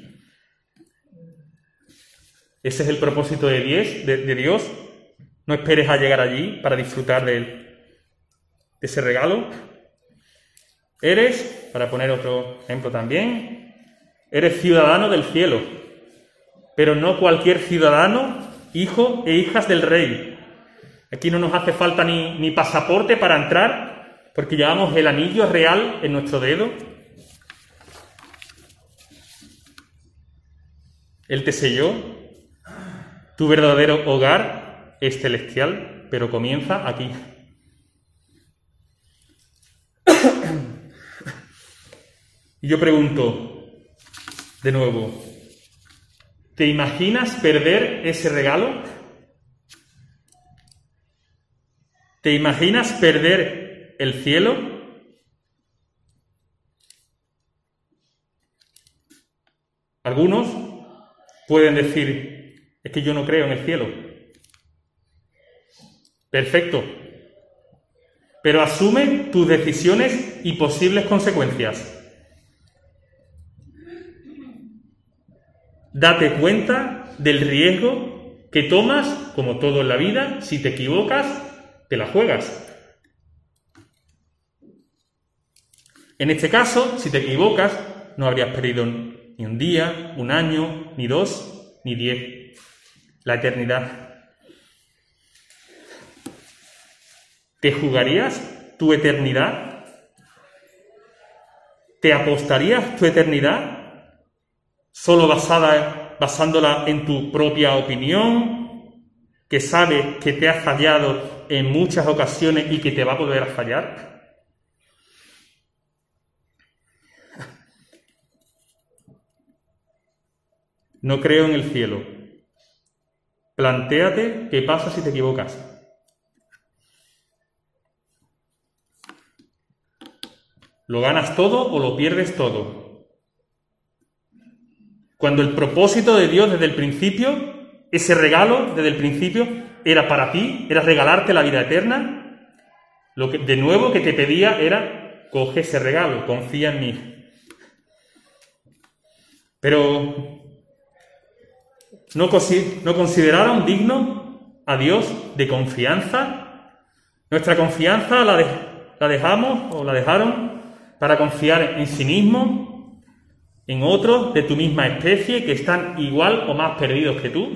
Ese es el propósito de Dios. No esperes a llegar allí para disfrutar de ese regalo. Eres, para poner otro ejemplo también, eres ciudadano del cielo, pero no cualquier ciudadano, hijo e hijas del rey. Aquí no nos hace falta ni pasaporte para entrar, porque llevamos el anillo real en nuestro dedo. Él te selló. Tu verdadero hogar es celestial, pero comienza aquí. Y yo pregunto, de nuevo, ¿te imaginas perder ese regalo? ¿Te imaginas perder el cielo? Algunos pueden decir, es que yo no creo en el cielo. Perfecto. Pero asume tus decisiones y posibles consecuencias. Date cuenta del riesgo que tomas, como todo en la vida. Si te equivocas, te la juegas. En este caso, si te equivocas, no habrías perdido ni un día, un año, ni 2, ni 10. La eternidad. ¿Te jugarías tu eternidad? ¿Te apostarías tu eternidad solo basándola en tu propia opinión, que sabes que te has fallado en muchas ocasiones y que te va a volver a fallar? No creo en el cielo. Plantéate qué pasa si te equivocas. ¿Lo ganas todo o lo pierdes todo? Cuando el propósito de Dios desde el principio, ese regalo desde el principio, era para ti, era regalarte la vida eterna, lo que de nuevo que te pedía era, coge ese regalo, confía en mí. Pero ¿no consideraron digno a Dios de confianza? Nuestra confianza la dejamos o la dejaron para confiar en sí mismo, en otros de tu misma especie que están igual o más perdidos que tú.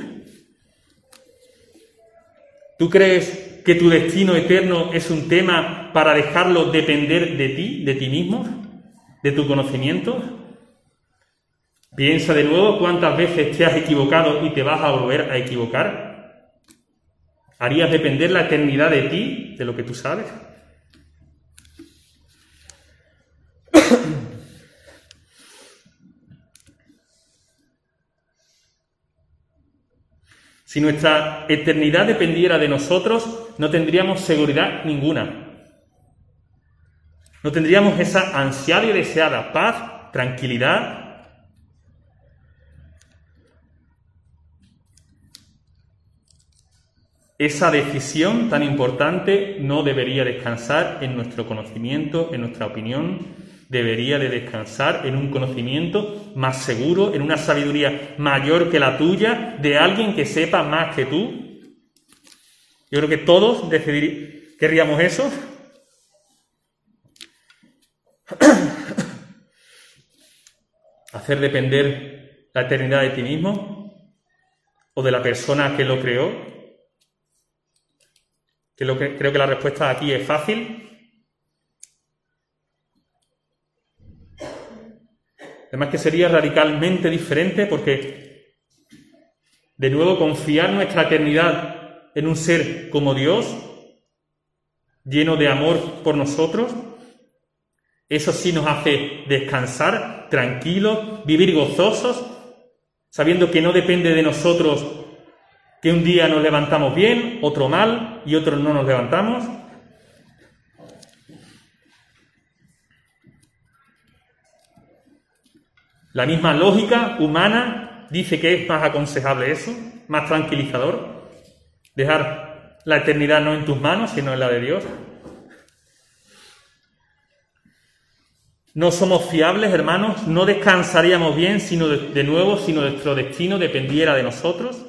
¿Tú crees que tu destino eterno es un tema para dejarlo depender de ti mismo, de tu conocimiento? Piensa de nuevo cuántas veces te has equivocado y te vas a volver a equivocar. ¿Harías depender la eternidad de ti, de lo que tú sabes? Si nuestra eternidad dependiera de nosotros, no tendríamos seguridad ninguna. No tendríamos esa ansiada y deseada paz, tranquilidad. esa decisión tan importante no debería descansar en nuestro conocimiento, en nuestra opinión, debería de descansar en un conocimiento más seguro, en una sabiduría mayor que la tuya, de alguien que sepa más que tú. Yo creo que todos querríamos eso. Hacer depender la eternidad de ti mismo o de la persona que lo creó. Creo que la respuesta aquí es fácil. Además que sería radicalmente diferente porque, de nuevo, confiar nuestra eternidad en un ser como Dios, lleno de amor por nosotros, eso sí nos hace descansar, tranquilos, vivir gozosos, sabiendo que no depende de nosotros que un día nos levantamos bien, otro mal y otro no nos levantamos. La misma lógica humana dice que es más aconsejable eso, más tranquilizador, dejar la eternidad no en tus manos, sino en la de Dios. No somos fiables, hermanos, no descansaríamos bien sino de nuevo si nuestro destino dependiera de nosotros.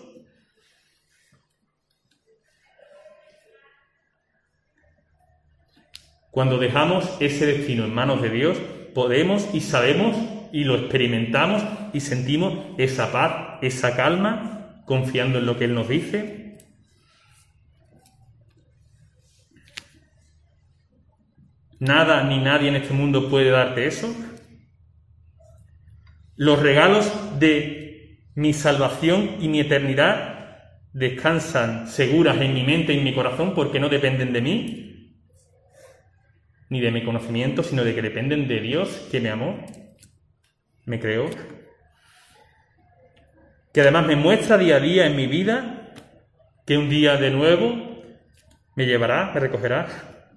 Cuando dejamos ese destino en manos de Dios, podemos y sabemos y lo experimentamos y sentimos esa paz, esa calma, confiando en lo que Él nos dice. Nada ni nadie en este mundo puede darte eso. Los regalos de mi salvación y mi eternidad descansan seguras en mi mente y en mi corazón porque no dependen de mí, ni de mi conocimiento, sino de que dependen de Dios, que me amó, me creó, que además me muestra día a día en mi vida que un día de nuevo me llevará, me recogerá.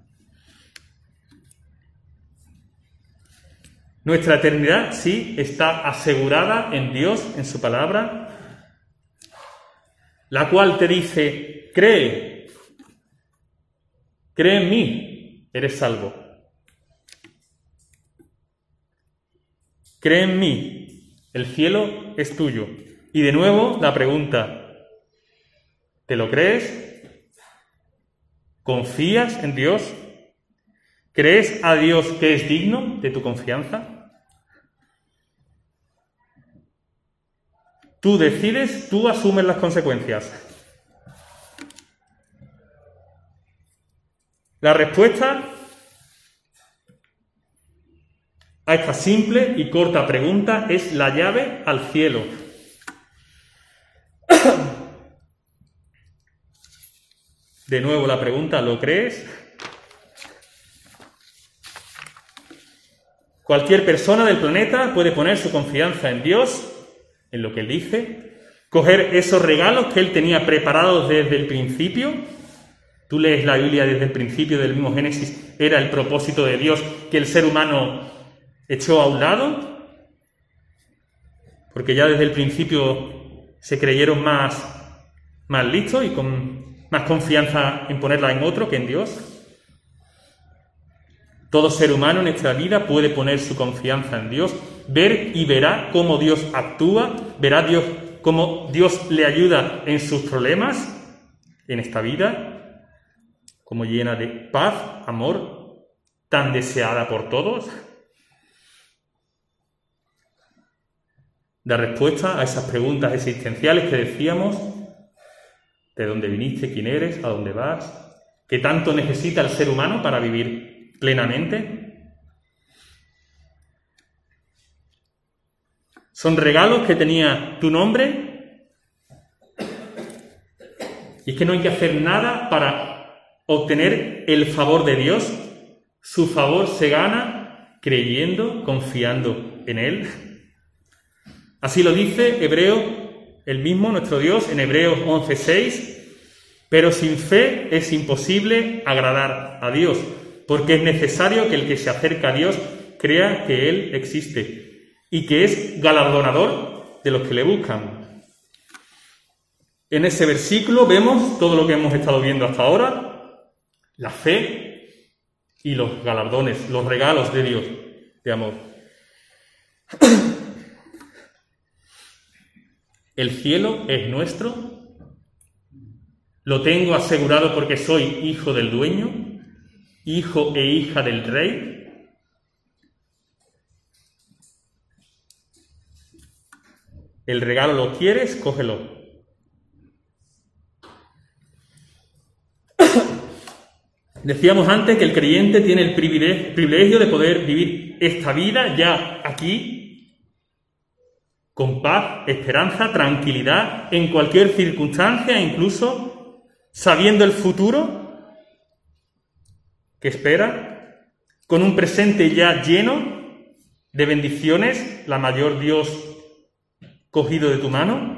Nuestra eternidad, sí, está asegurada en Dios, en su palabra, la cual te dice, cree en mí, eres salvo. Cree en mí, el cielo es tuyo. Y de nuevo la pregunta, ¿te lo crees? ¿Confías en Dios? ¿Crees a Dios que es digno de tu confianza? Tú decides, tú asumes las consecuencias. La respuesta a esta simple y corta pregunta es la llave al cielo. De nuevo la pregunta, ¿lo crees? Cualquier persona del planeta puede poner su confianza en Dios, en lo que Él dice, coger esos regalos que Él tenía preparados desde el principio. Tú lees la Biblia desde el principio del mismo Génesis, era el propósito de Dios que el ser humano echó a un lado, porque ya desde el principio se creyeron más listos y con más confianza en ponerla en otro que en Dios. Todo ser humano en esta vida puede poner su confianza en Dios, ver y verá cómo Dios actúa, verá cómo Dios le ayuda en sus problemas en esta vida, como llena de paz, amor, tan deseada por todos. Da respuesta a esas preguntas existenciales que decíamos: ¿de dónde viniste? ¿Quién eres? ¿A dónde vas? ¿Qué tanto necesita el ser humano para vivir plenamente? Son regalos que tenía tu nombre, y es que no hay que hacer nada para obtener el favor de Dios. Su favor se gana creyendo, confiando en Él. Así lo dice Hebreo, el mismo nuestro Dios, en Hebreos 11:6, pero sin fe es imposible agradar a Dios, porque es necesario que el que se acerca a Dios crea que Él existe y que es galardonador de los que le buscan. En ese versículo vemos todo lo que hemos estado viendo hasta ahora, la fe y los galardones, los regalos de Dios de amor. El cielo es nuestro, lo tengo asegurado porque soy hijo del dueño, hijo e hija del rey. El regalo lo quieres, cógelo. Decíamos antes que el creyente tiene el privilegio de poder vivir esta vida ya aquí, con paz, esperanza, tranquilidad, en cualquier circunstancia, incluso sabiendo el futuro que espera, con un presente ya lleno de bendiciones, la mayor Dios cogido de tu mano.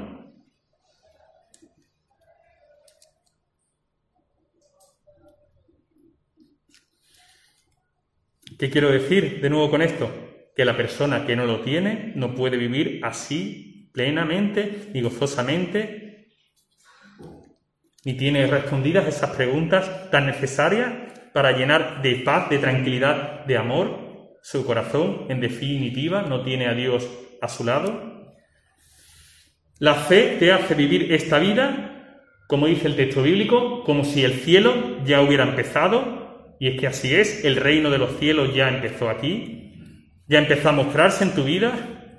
¿Qué quiero decir de nuevo con esto? Que la persona que no lo tiene no puede vivir así plenamente ni gozosamente, ni tiene respondidas esas preguntas tan necesarias para llenar de paz, de tranquilidad, de amor su corazón. En definitiva, no tiene a Dios a su lado. La fe te hace vivir esta vida, como dice el texto bíblico, como si el cielo ya hubiera empezado. Y es que así es, el reino de los cielos ya empezó aquí, ya empezó a mostrarse en tu vida.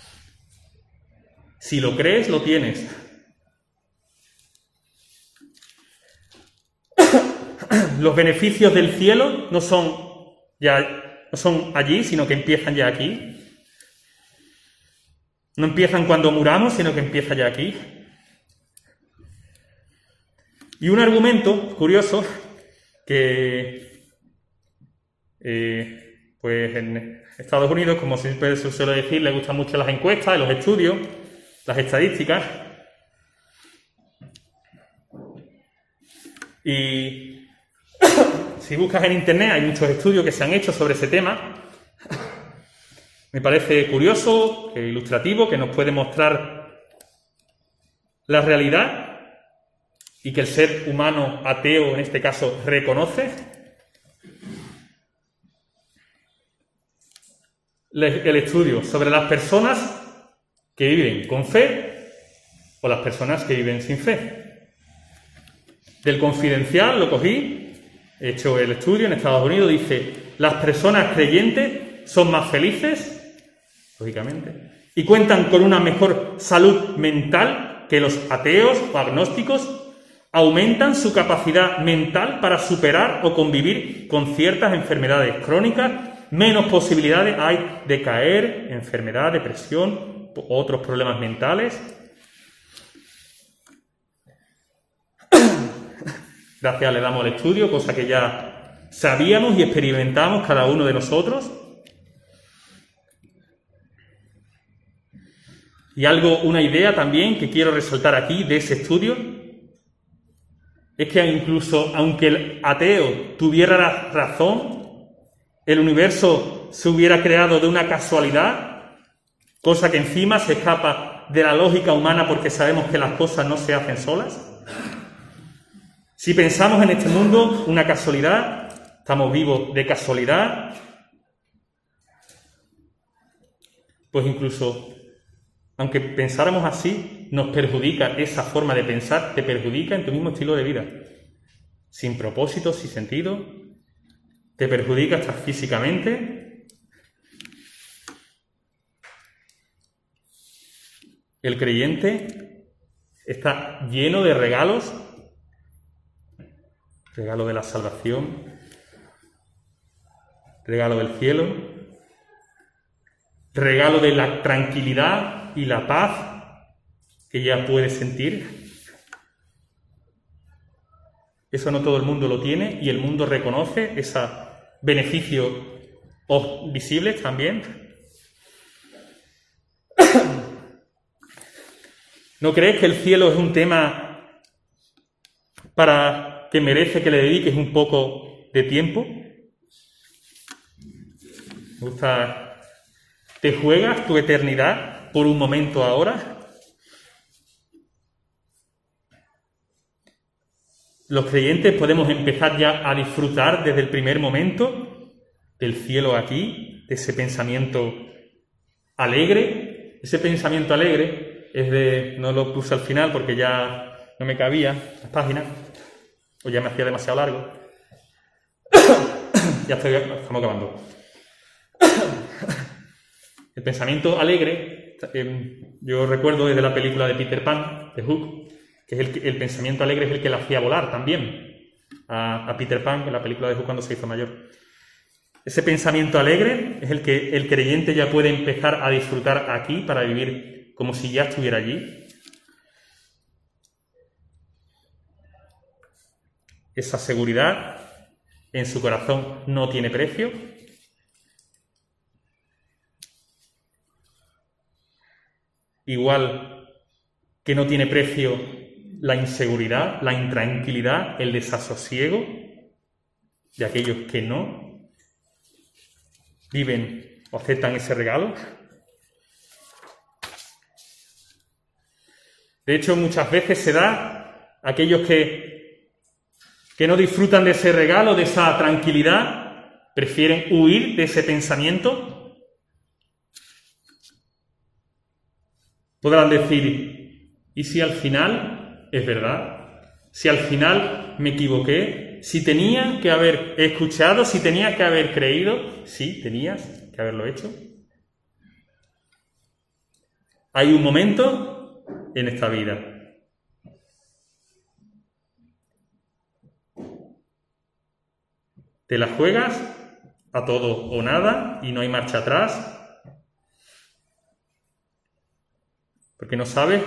Si lo crees, lo tienes. Los beneficios del cielo no son allí, sino que empiezan ya aquí. No empiezan cuando muramos, sino que empieza ya aquí. Y un argumento curioso que pues en Estados Unidos, como siempre se suele decir, le gustan mucho las encuestas, los estudios, las estadísticas. Y si buscas en internet hay muchos estudios que se han hecho sobre ese tema. Me parece curioso e ilustrativo, que nos puede mostrar la realidad y que el ser humano ateo, en este caso, reconoce. El estudio sobre las personas que viven con fe o las personas que viven sin fe. Del Confidencial lo cogí, he hecho el estudio en Estados Unidos, dice: las personas creyentes son más felices, lógicamente, y cuentan con una mejor salud mental que los ateos o agnósticos. Aumentan su capacidad mental para superar o convivir con ciertas enfermedades crónicas. Menos posibilidades hay de caer, enfermedad, depresión, otros problemas mentales. Gracias le damos al estudio, cosa que ya sabíamos y experimentamos cada uno de nosotros. Y una idea también que quiero resaltar aquí de ese estudio, es que incluso aunque el ateo tuviera razón, el universo se hubiera creado de una casualidad, cosa que encima se escapa de la lógica humana porque sabemos que las cosas no se hacen solas. Si pensamos en este mundo una casualidad, estamos vivos de casualidad, pues incluso aunque pensáramos así, nos perjudica esa forma de pensar, te perjudica en tu mismo estilo de vida. Sin propósito, sin sentido, te perjudica hasta físicamente. El creyente está lleno de regalos, regalo de la salvación, regalo del cielo, regalo de la tranquilidad y la paz que ya puedes sentir. Eso no todo el mundo lo tiene y el mundo reconoce esos beneficios visibles también. ¿No crees que el cielo es un tema para que merece que le dediques un poco de tiempo? Me gusta, ¿te juegas tu eternidad por un momento ahora? los creyentes podemos empezar ya a disfrutar desde el primer momento del cielo aquí, de ese pensamiento alegre. Ese pensamiento alegre es de... no lo puse al final porque ya no me cabía las páginas, o ya me hacía demasiado largo. Estamos acabando. El pensamiento alegre, yo recuerdo desde la película de Peter Pan, de Hook, que es el pensamiento alegre es el que le hacía volar también a Peter Pan en la película de Hook cuando se hizo mayor. Ese pensamiento alegre es el que el creyente ya puede empezar a disfrutar aquí para vivir como si ya estuviera allí. Esa seguridad en su corazón no tiene precio. Igual que no tiene precio la inseguridad, la intranquilidad, el desasosiego de aquellos que no viven o aceptan ese regalo. De hecho, muchas veces se da a aquellos que no disfrutan de ese regalo, de esa tranquilidad, prefieren huir de ese pensamiento. Podrán decir, ¿y si al final es verdad? Si al final me equivoqué, si tenía que haber escuchado, si tenía que haber creído, sí, tenías que haberlo hecho. Hay un momento en esta vida. Te la juegas a todo o nada y no hay marcha atrás. Porque no sabes,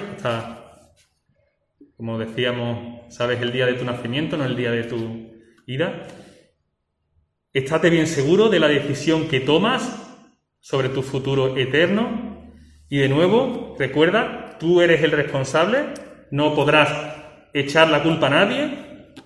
como decíamos, sabes el día de tu nacimiento, no el día de tu ida. Estate bien seguro de la decisión que tomas sobre tu futuro eterno. Y de nuevo, recuerda, tú eres el responsable, no podrás echar la culpa a nadie.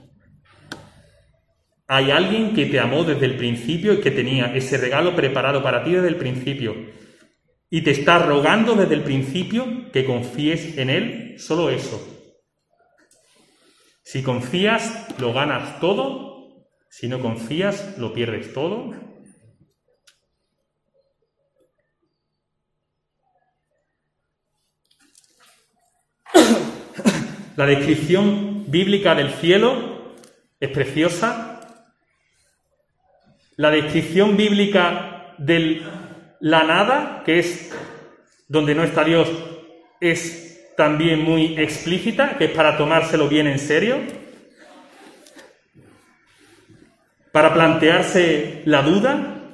Hay alguien que te amó desde el principio y que tenía ese regalo preparado para ti desde el principio. Y te está rogando desde el principio que confíes en Él, solo eso. Si confías, lo ganas todo. Si no confías, lo pierdes todo. La descripción bíblica del cielo es preciosa. La descripción bíblica de la nada, que es donde no está Dios, es también muy explícita, que es para tomárselo bien en serio, para plantearse la duda.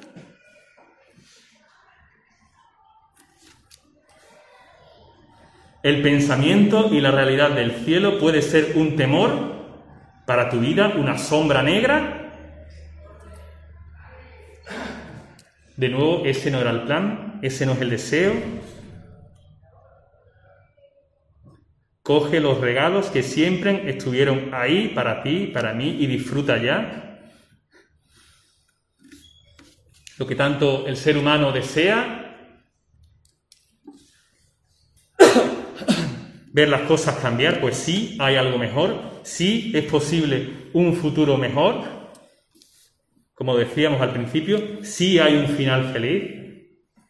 El pensamiento y la realidad del cielo puede ser un temor para tu vida, una sombra negra. De nuevo, ese no era el plan, ese no es el deseo. Coge los regalos que siempre estuvieron ahí para ti, para mí, y disfruta ya. Lo que tanto el ser humano desea, ver las cosas cambiar, pues sí, hay algo mejor, sí, es posible un futuro mejor. Como decíamos al principio, sí hay un final feliz.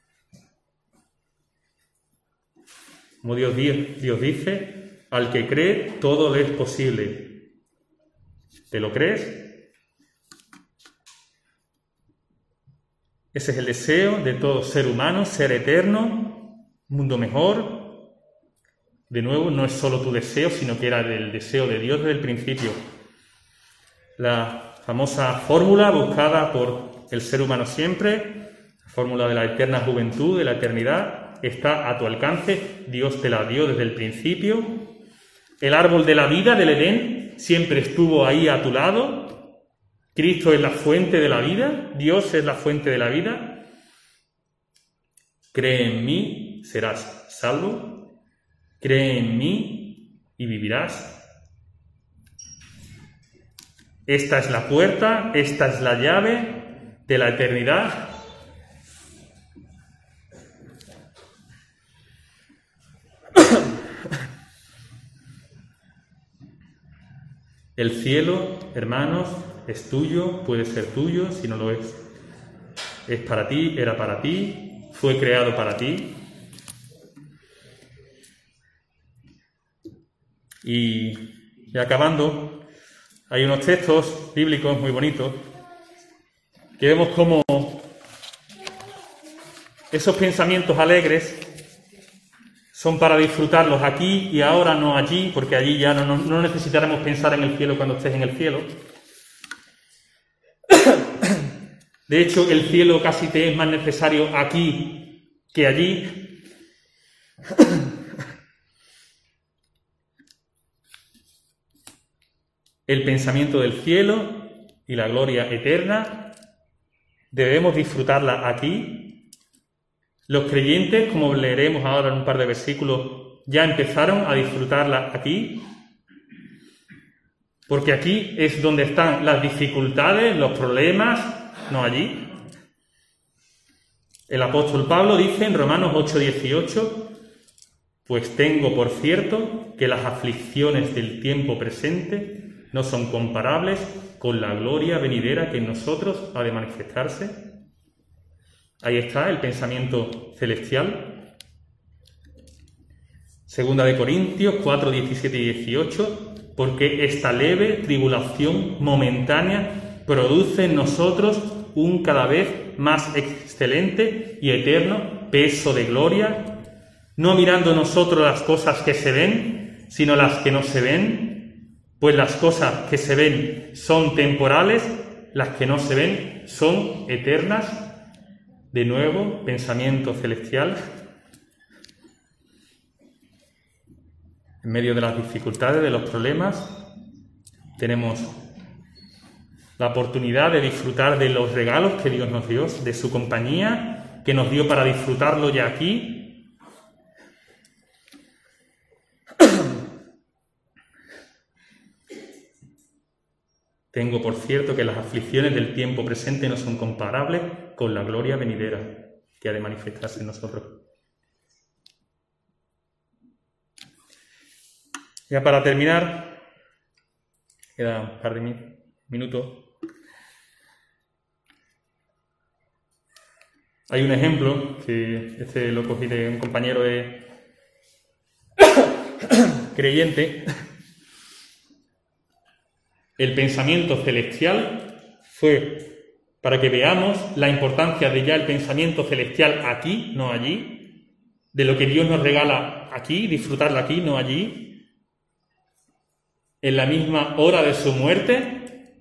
Como Dios dice, al que cree, todo le es posible. ¿Te lo crees? Ese es el deseo de todo ser humano, ser eterno, un mundo mejor. De nuevo, no es solo tu deseo, sino que era el deseo de Dios desde el principio. La famosa fórmula buscada por el ser humano siempre, la fórmula de la eterna juventud, de la eternidad, está a tu alcance. Dios te la dio desde el principio. El árbol de la vida del Edén siempre estuvo ahí a tu lado. Cristo es la fuente de la vida, Dios es la fuente de la vida. Cree en mí, serás salvo. Cree en mí y vivirás. Esta es la puerta, esta es la llave de la eternidad. El cielo, hermanos, es tuyo, puede ser tuyo, si no lo es. Es para ti, era para ti, fue creado para ti. Y acabando, hay unos textos bíblicos muy bonitos que vemos como esos pensamientos alegres son para disfrutarlos aquí y ahora, no allí, porque allí ya no necesitaremos pensar en el cielo cuando estés en el cielo. De hecho, el cielo casi te es más necesario aquí que allí. El pensamiento del cielo y la gloria eterna debemos disfrutarla aquí. Los creyentes, como leeremos ahora en un par de versículos, ya empezaron a disfrutarla aquí, porque aquí es donde están las dificultades, los problemas, no allí. El apóstol Pablo dice en Romanos 8:18, pues tengo por cierto que las aflicciones del tiempo presente no son comparables con la gloria venidera que en nosotros ha de manifestarse. Ahí está el pensamiento celestial. Segunda de Corintios 4:17 y 18, porque esta leve tribulación momentánea produce en nosotros un cada vez más excelente y eterno peso de gloria, no mirando nosotros las cosas que se ven, sino las que no se ven, pues las cosas que se ven son temporales, las que no se ven son eternas. De nuevo, pensamiento celestial. En medio de las dificultades, de los problemas, tenemos la oportunidad de disfrutar de los regalos que Dios nos dio, de su compañía, que nos dio para disfrutarlo ya aquí. Tengo por cierto que las aflicciones del tiempo presente no son comparables con la gloria venidera que ha de manifestarse en nosotros. Ya para terminar, queda un par de minutos. Hay un ejemplo que lo cogí de un compañero de creyente. El pensamiento celestial fue para que veamos la importancia de ya el pensamiento celestial aquí, no allí, de lo que Dios nos regala aquí, disfrutarlo aquí, no allí, en la misma hora de su muerte.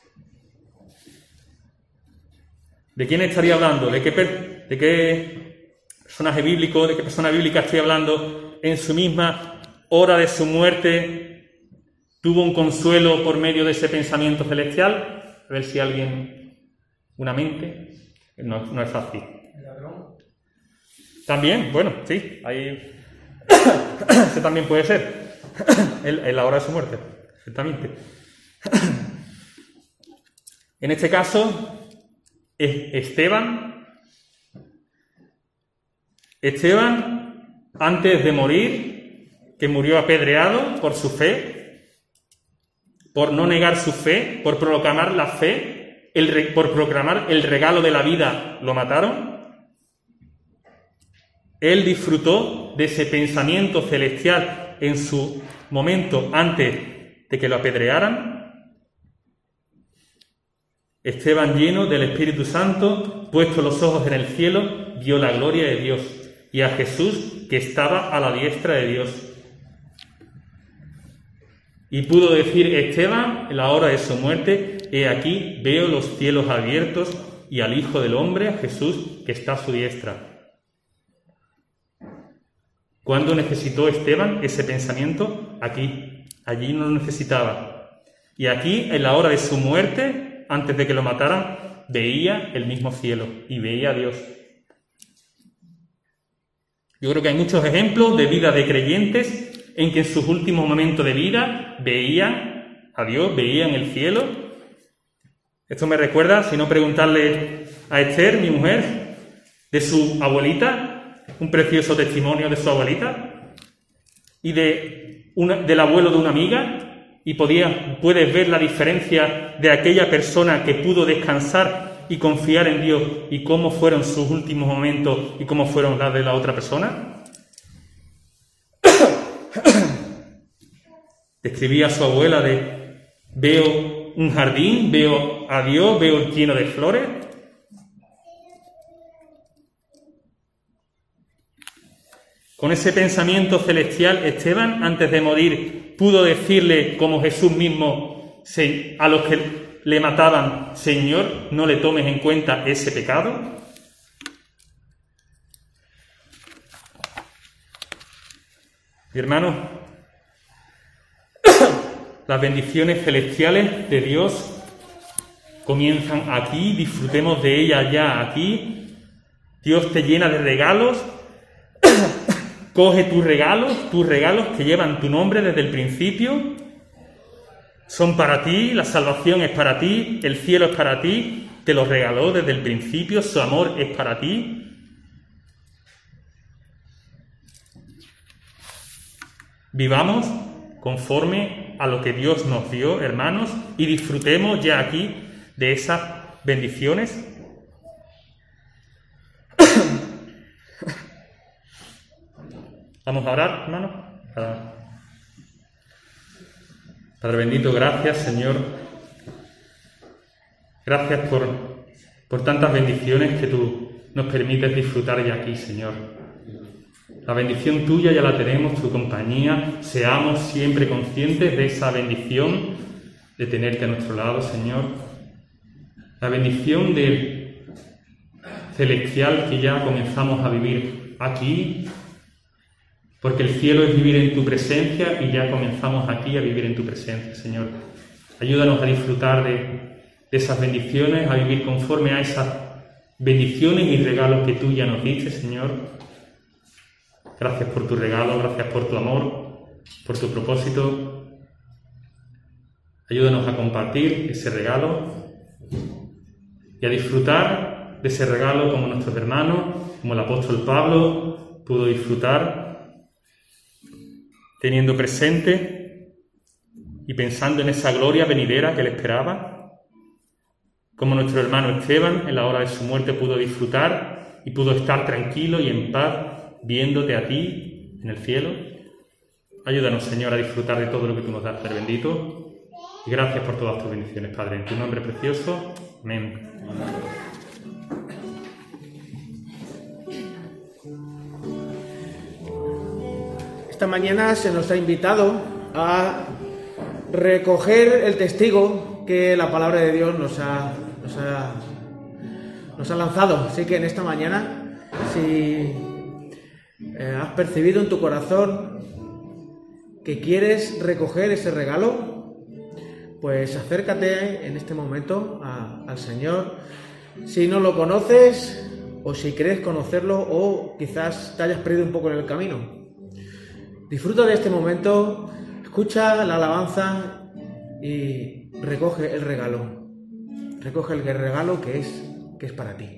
¿De quién estaría hablando? ¿De qué personaje bíblico, de qué persona bíblica estoy hablando en su misma hora de su muerte? ¿Tuvo un consuelo por medio de ese pensamiento celestial? A ver si alguien, una mente, no es fácil. ¿El ladrón? También, bueno, sí, ahí ese también puede ser, en la hora de su muerte, exactamente. En este caso, Esteban, antes de morir, que murió apedreado por su fe, por no negar su fe, por proclamar la fe, por proclamar el regalo de la vida, lo mataron. Él disfrutó de ese pensamiento celestial en su momento antes de que lo apedrearan. Esteban, lleno del Espíritu Santo, puesto los ojos en el cielo, vio la gloria de Dios y a Jesús que estaba a la diestra de Dios. Y pudo decir Esteban en la hora de su muerte, he aquí veo los cielos abiertos y al Hijo del Hombre, a Jesús, que está a su diestra. ¿Cuándo necesitó Esteban ese pensamiento? Aquí. Allí no lo necesitaba. Y aquí, en la hora de su muerte, antes de que lo mataran, veía el mismo cielo y veía a Dios. Yo creo que hay muchos ejemplos de vida de creyentes en que en sus últimos momentos de vida veían a Dios, veían el cielo. Esto me recuerda, si no preguntarle a Esther, mi mujer, de su abuelita, un precioso testimonio de su abuelita, y del abuelo de una amiga, y puedes ver la diferencia de aquella persona que pudo descansar y confiar en Dios y cómo fueron sus últimos momentos y cómo fueron las de la otra persona. Describía a su abuela de: veo un jardín, veo a Dios, veo lleno de flores. Con ese pensamiento celestial, Esteban, antes de morir, pudo decirle, como Jesús mismo, a los que le mataban: Señor, no le tomes en cuenta ese pecado. Mi hermano, las bendiciones celestiales de Dios comienzan aquí, disfrutemos de ellas ya aquí. Dios te llena de regalos. Coge tus regalos que llevan tu nombre desde el principio. Son para ti, la salvación es para ti, el cielo es para ti, te lo regaló desde el principio, su amor es para ti. Vivamos conforme a lo que Dios nos dio, hermanos, y disfrutemos ya aquí de esas bendiciones. Vamos a orar, hermanos. Padre bendito, gracias, Señor. Gracias por tantas bendiciones que tú nos permites disfrutar ya aquí, Señor. La bendición tuya ya la tenemos, tu compañía. Seamos siempre conscientes de esa bendición de tenerte a nuestro lado, Señor. La bendición celestial que ya comenzamos a vivir aquí, porque el cielo es vivir en tu presencia y ya comenzamos aquí a vivir en tu presencia, Señor. Ayúdanos a disfrutar de esas bendiciones, a vivir conforme a esas bendiciones y regalos que tú ya nos diste, Señor. Gracias por tu regalo, gracias por tu amor, por tu propósito. Ayúdanos a compartir ese regalo y a disfrutar de ese regalo como nuestros hermanos, como el apóstol Pablo pudo disfrutar, teniendo presente y pensando en esa gloria venidera que le esperaba, como nuestro hermano Esteban en la hora de su muerte pudo disfrutar y pudo estar tranquilo y en paz viéndote a ti en el cielo. Ayúdanos, Señor, a disfrutar de todo lo que tú nos das, Padre bendito, y gracias por todas tus bendiciones, Padre, en tu nombre precioso. Amén. Esta mañana se nos ha invitado a recoger el testigo que la palabra de Dios nos ha lanzado. Así que en esta mañana, si has percibido en tu corazón que quieres recoger ese regalo, pues acércate en este momento al Señor. Si no lo conoces o si crees conocerlo o quizás te hayas perdido un poco en el camino, disfruta de este momento, escucha la alabanza y recoge el regalo. Recoge el regalo que es para ti.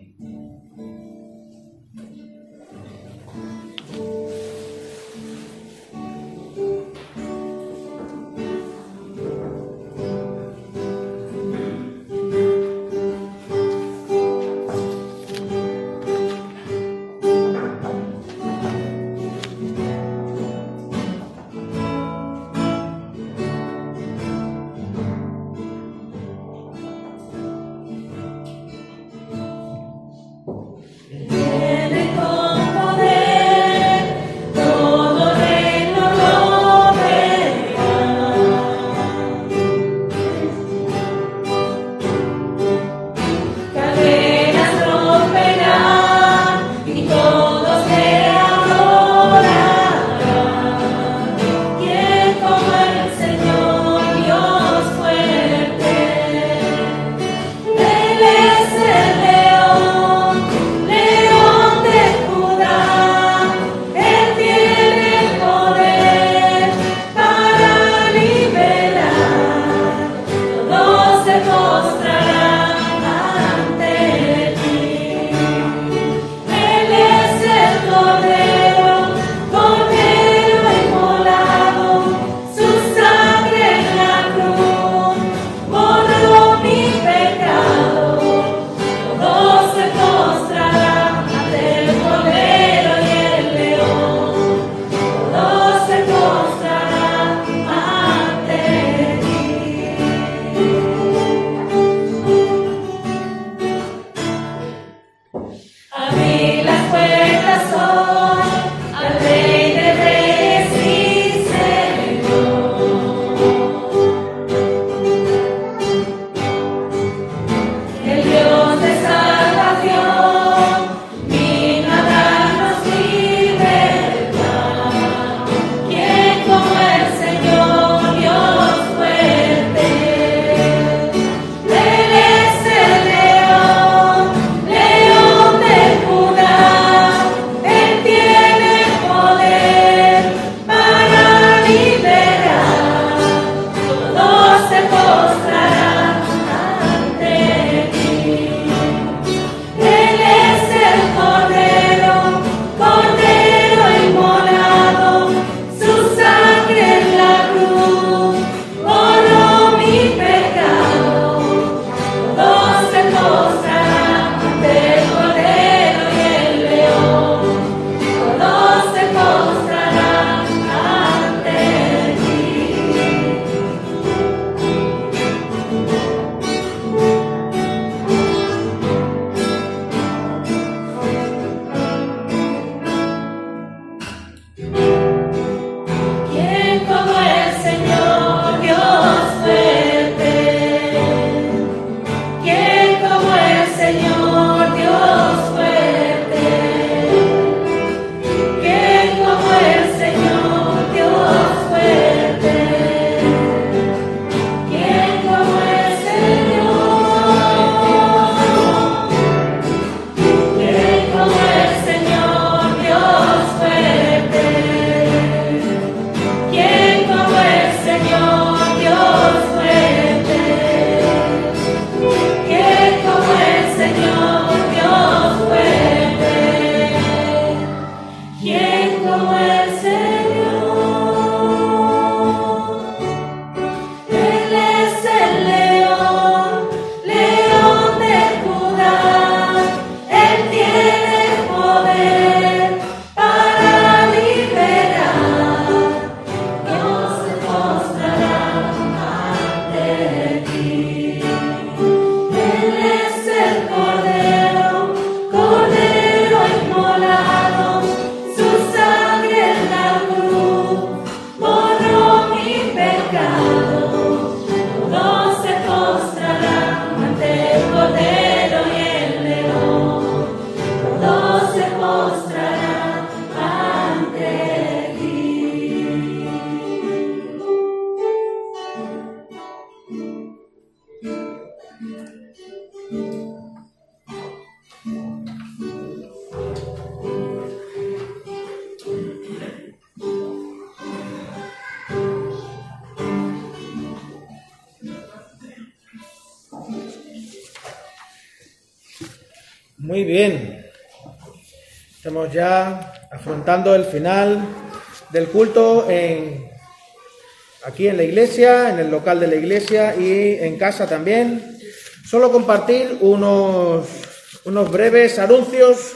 Muy bien. Estamos ya afrontando el final del culto aquí en la iglesia, en el local de la iglesia y en casa también. Solo compartir unos breves anuncios.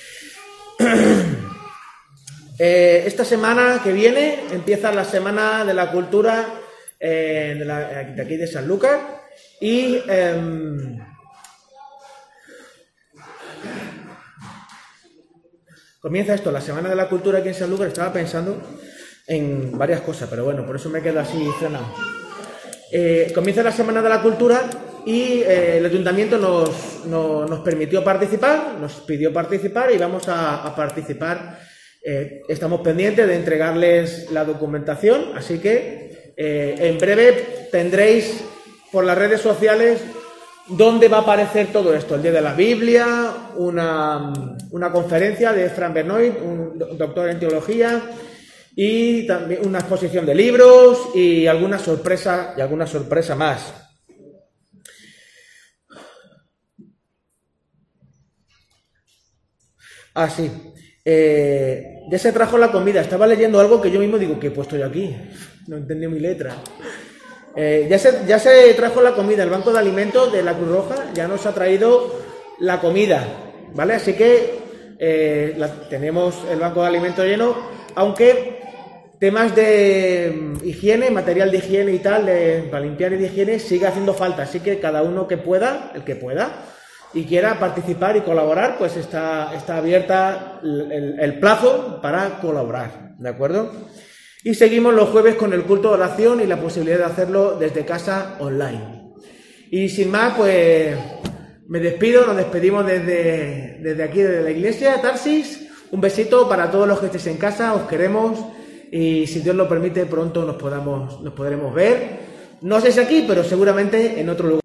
Esta semana que viene empieza la Semana de la Cultura de aquí de Sanlúcar y comienza esto, la Semana de la Cultura aquí en Sanlúcar. Estaba pensando en varias cosas, pero bueno, por eso me quedo así frenado. Comienza la Semana de la Cultura y el Ayuntamiento nos permitió participar, nos pidió participar y vamos a participar. Estamos pendientes de entregarles la documentación, así que en breve tendréis por las redes sociales dónde va a aparecer todo esto. El Día de la Biblia, una conferencia de Fran Benoit, un doctor en teología, y también una exposición de libros y alguna sorpresa más. Ah, sí. Ya se trajo la comida. Estaba leyendo algo que yo mismo digo, ¿qué he puesto yo aquí? No entendí mi letra. Ya se trajo la comida. El Banco de Alimentos de la Cruz Roja ya nos ha traído la comida, ¿vale? Así que tenemos el Banco de Alimentos lleno, aunque temas de higiene, material de higiene y tal, para limpiar y de higiene, sigue haciendo falta. Así que cada uno que pueda, el que pueda, y quiera participar y colaborar, pues está abierta el plazo para colaborar, ¿de acuerdo? Y seguimos los jueves con el culto de oración y la posibilidad de hacerlo desde casa online. Y sin más, pues me despido, nos despedimos desde aquí, desde la iglesia, Tarsis. Un besito para todos los que estéis en casa, os queremos y si Dios lo permite pronto nos podremos ver. No sé si aquí, pero seguramente en otro lugar.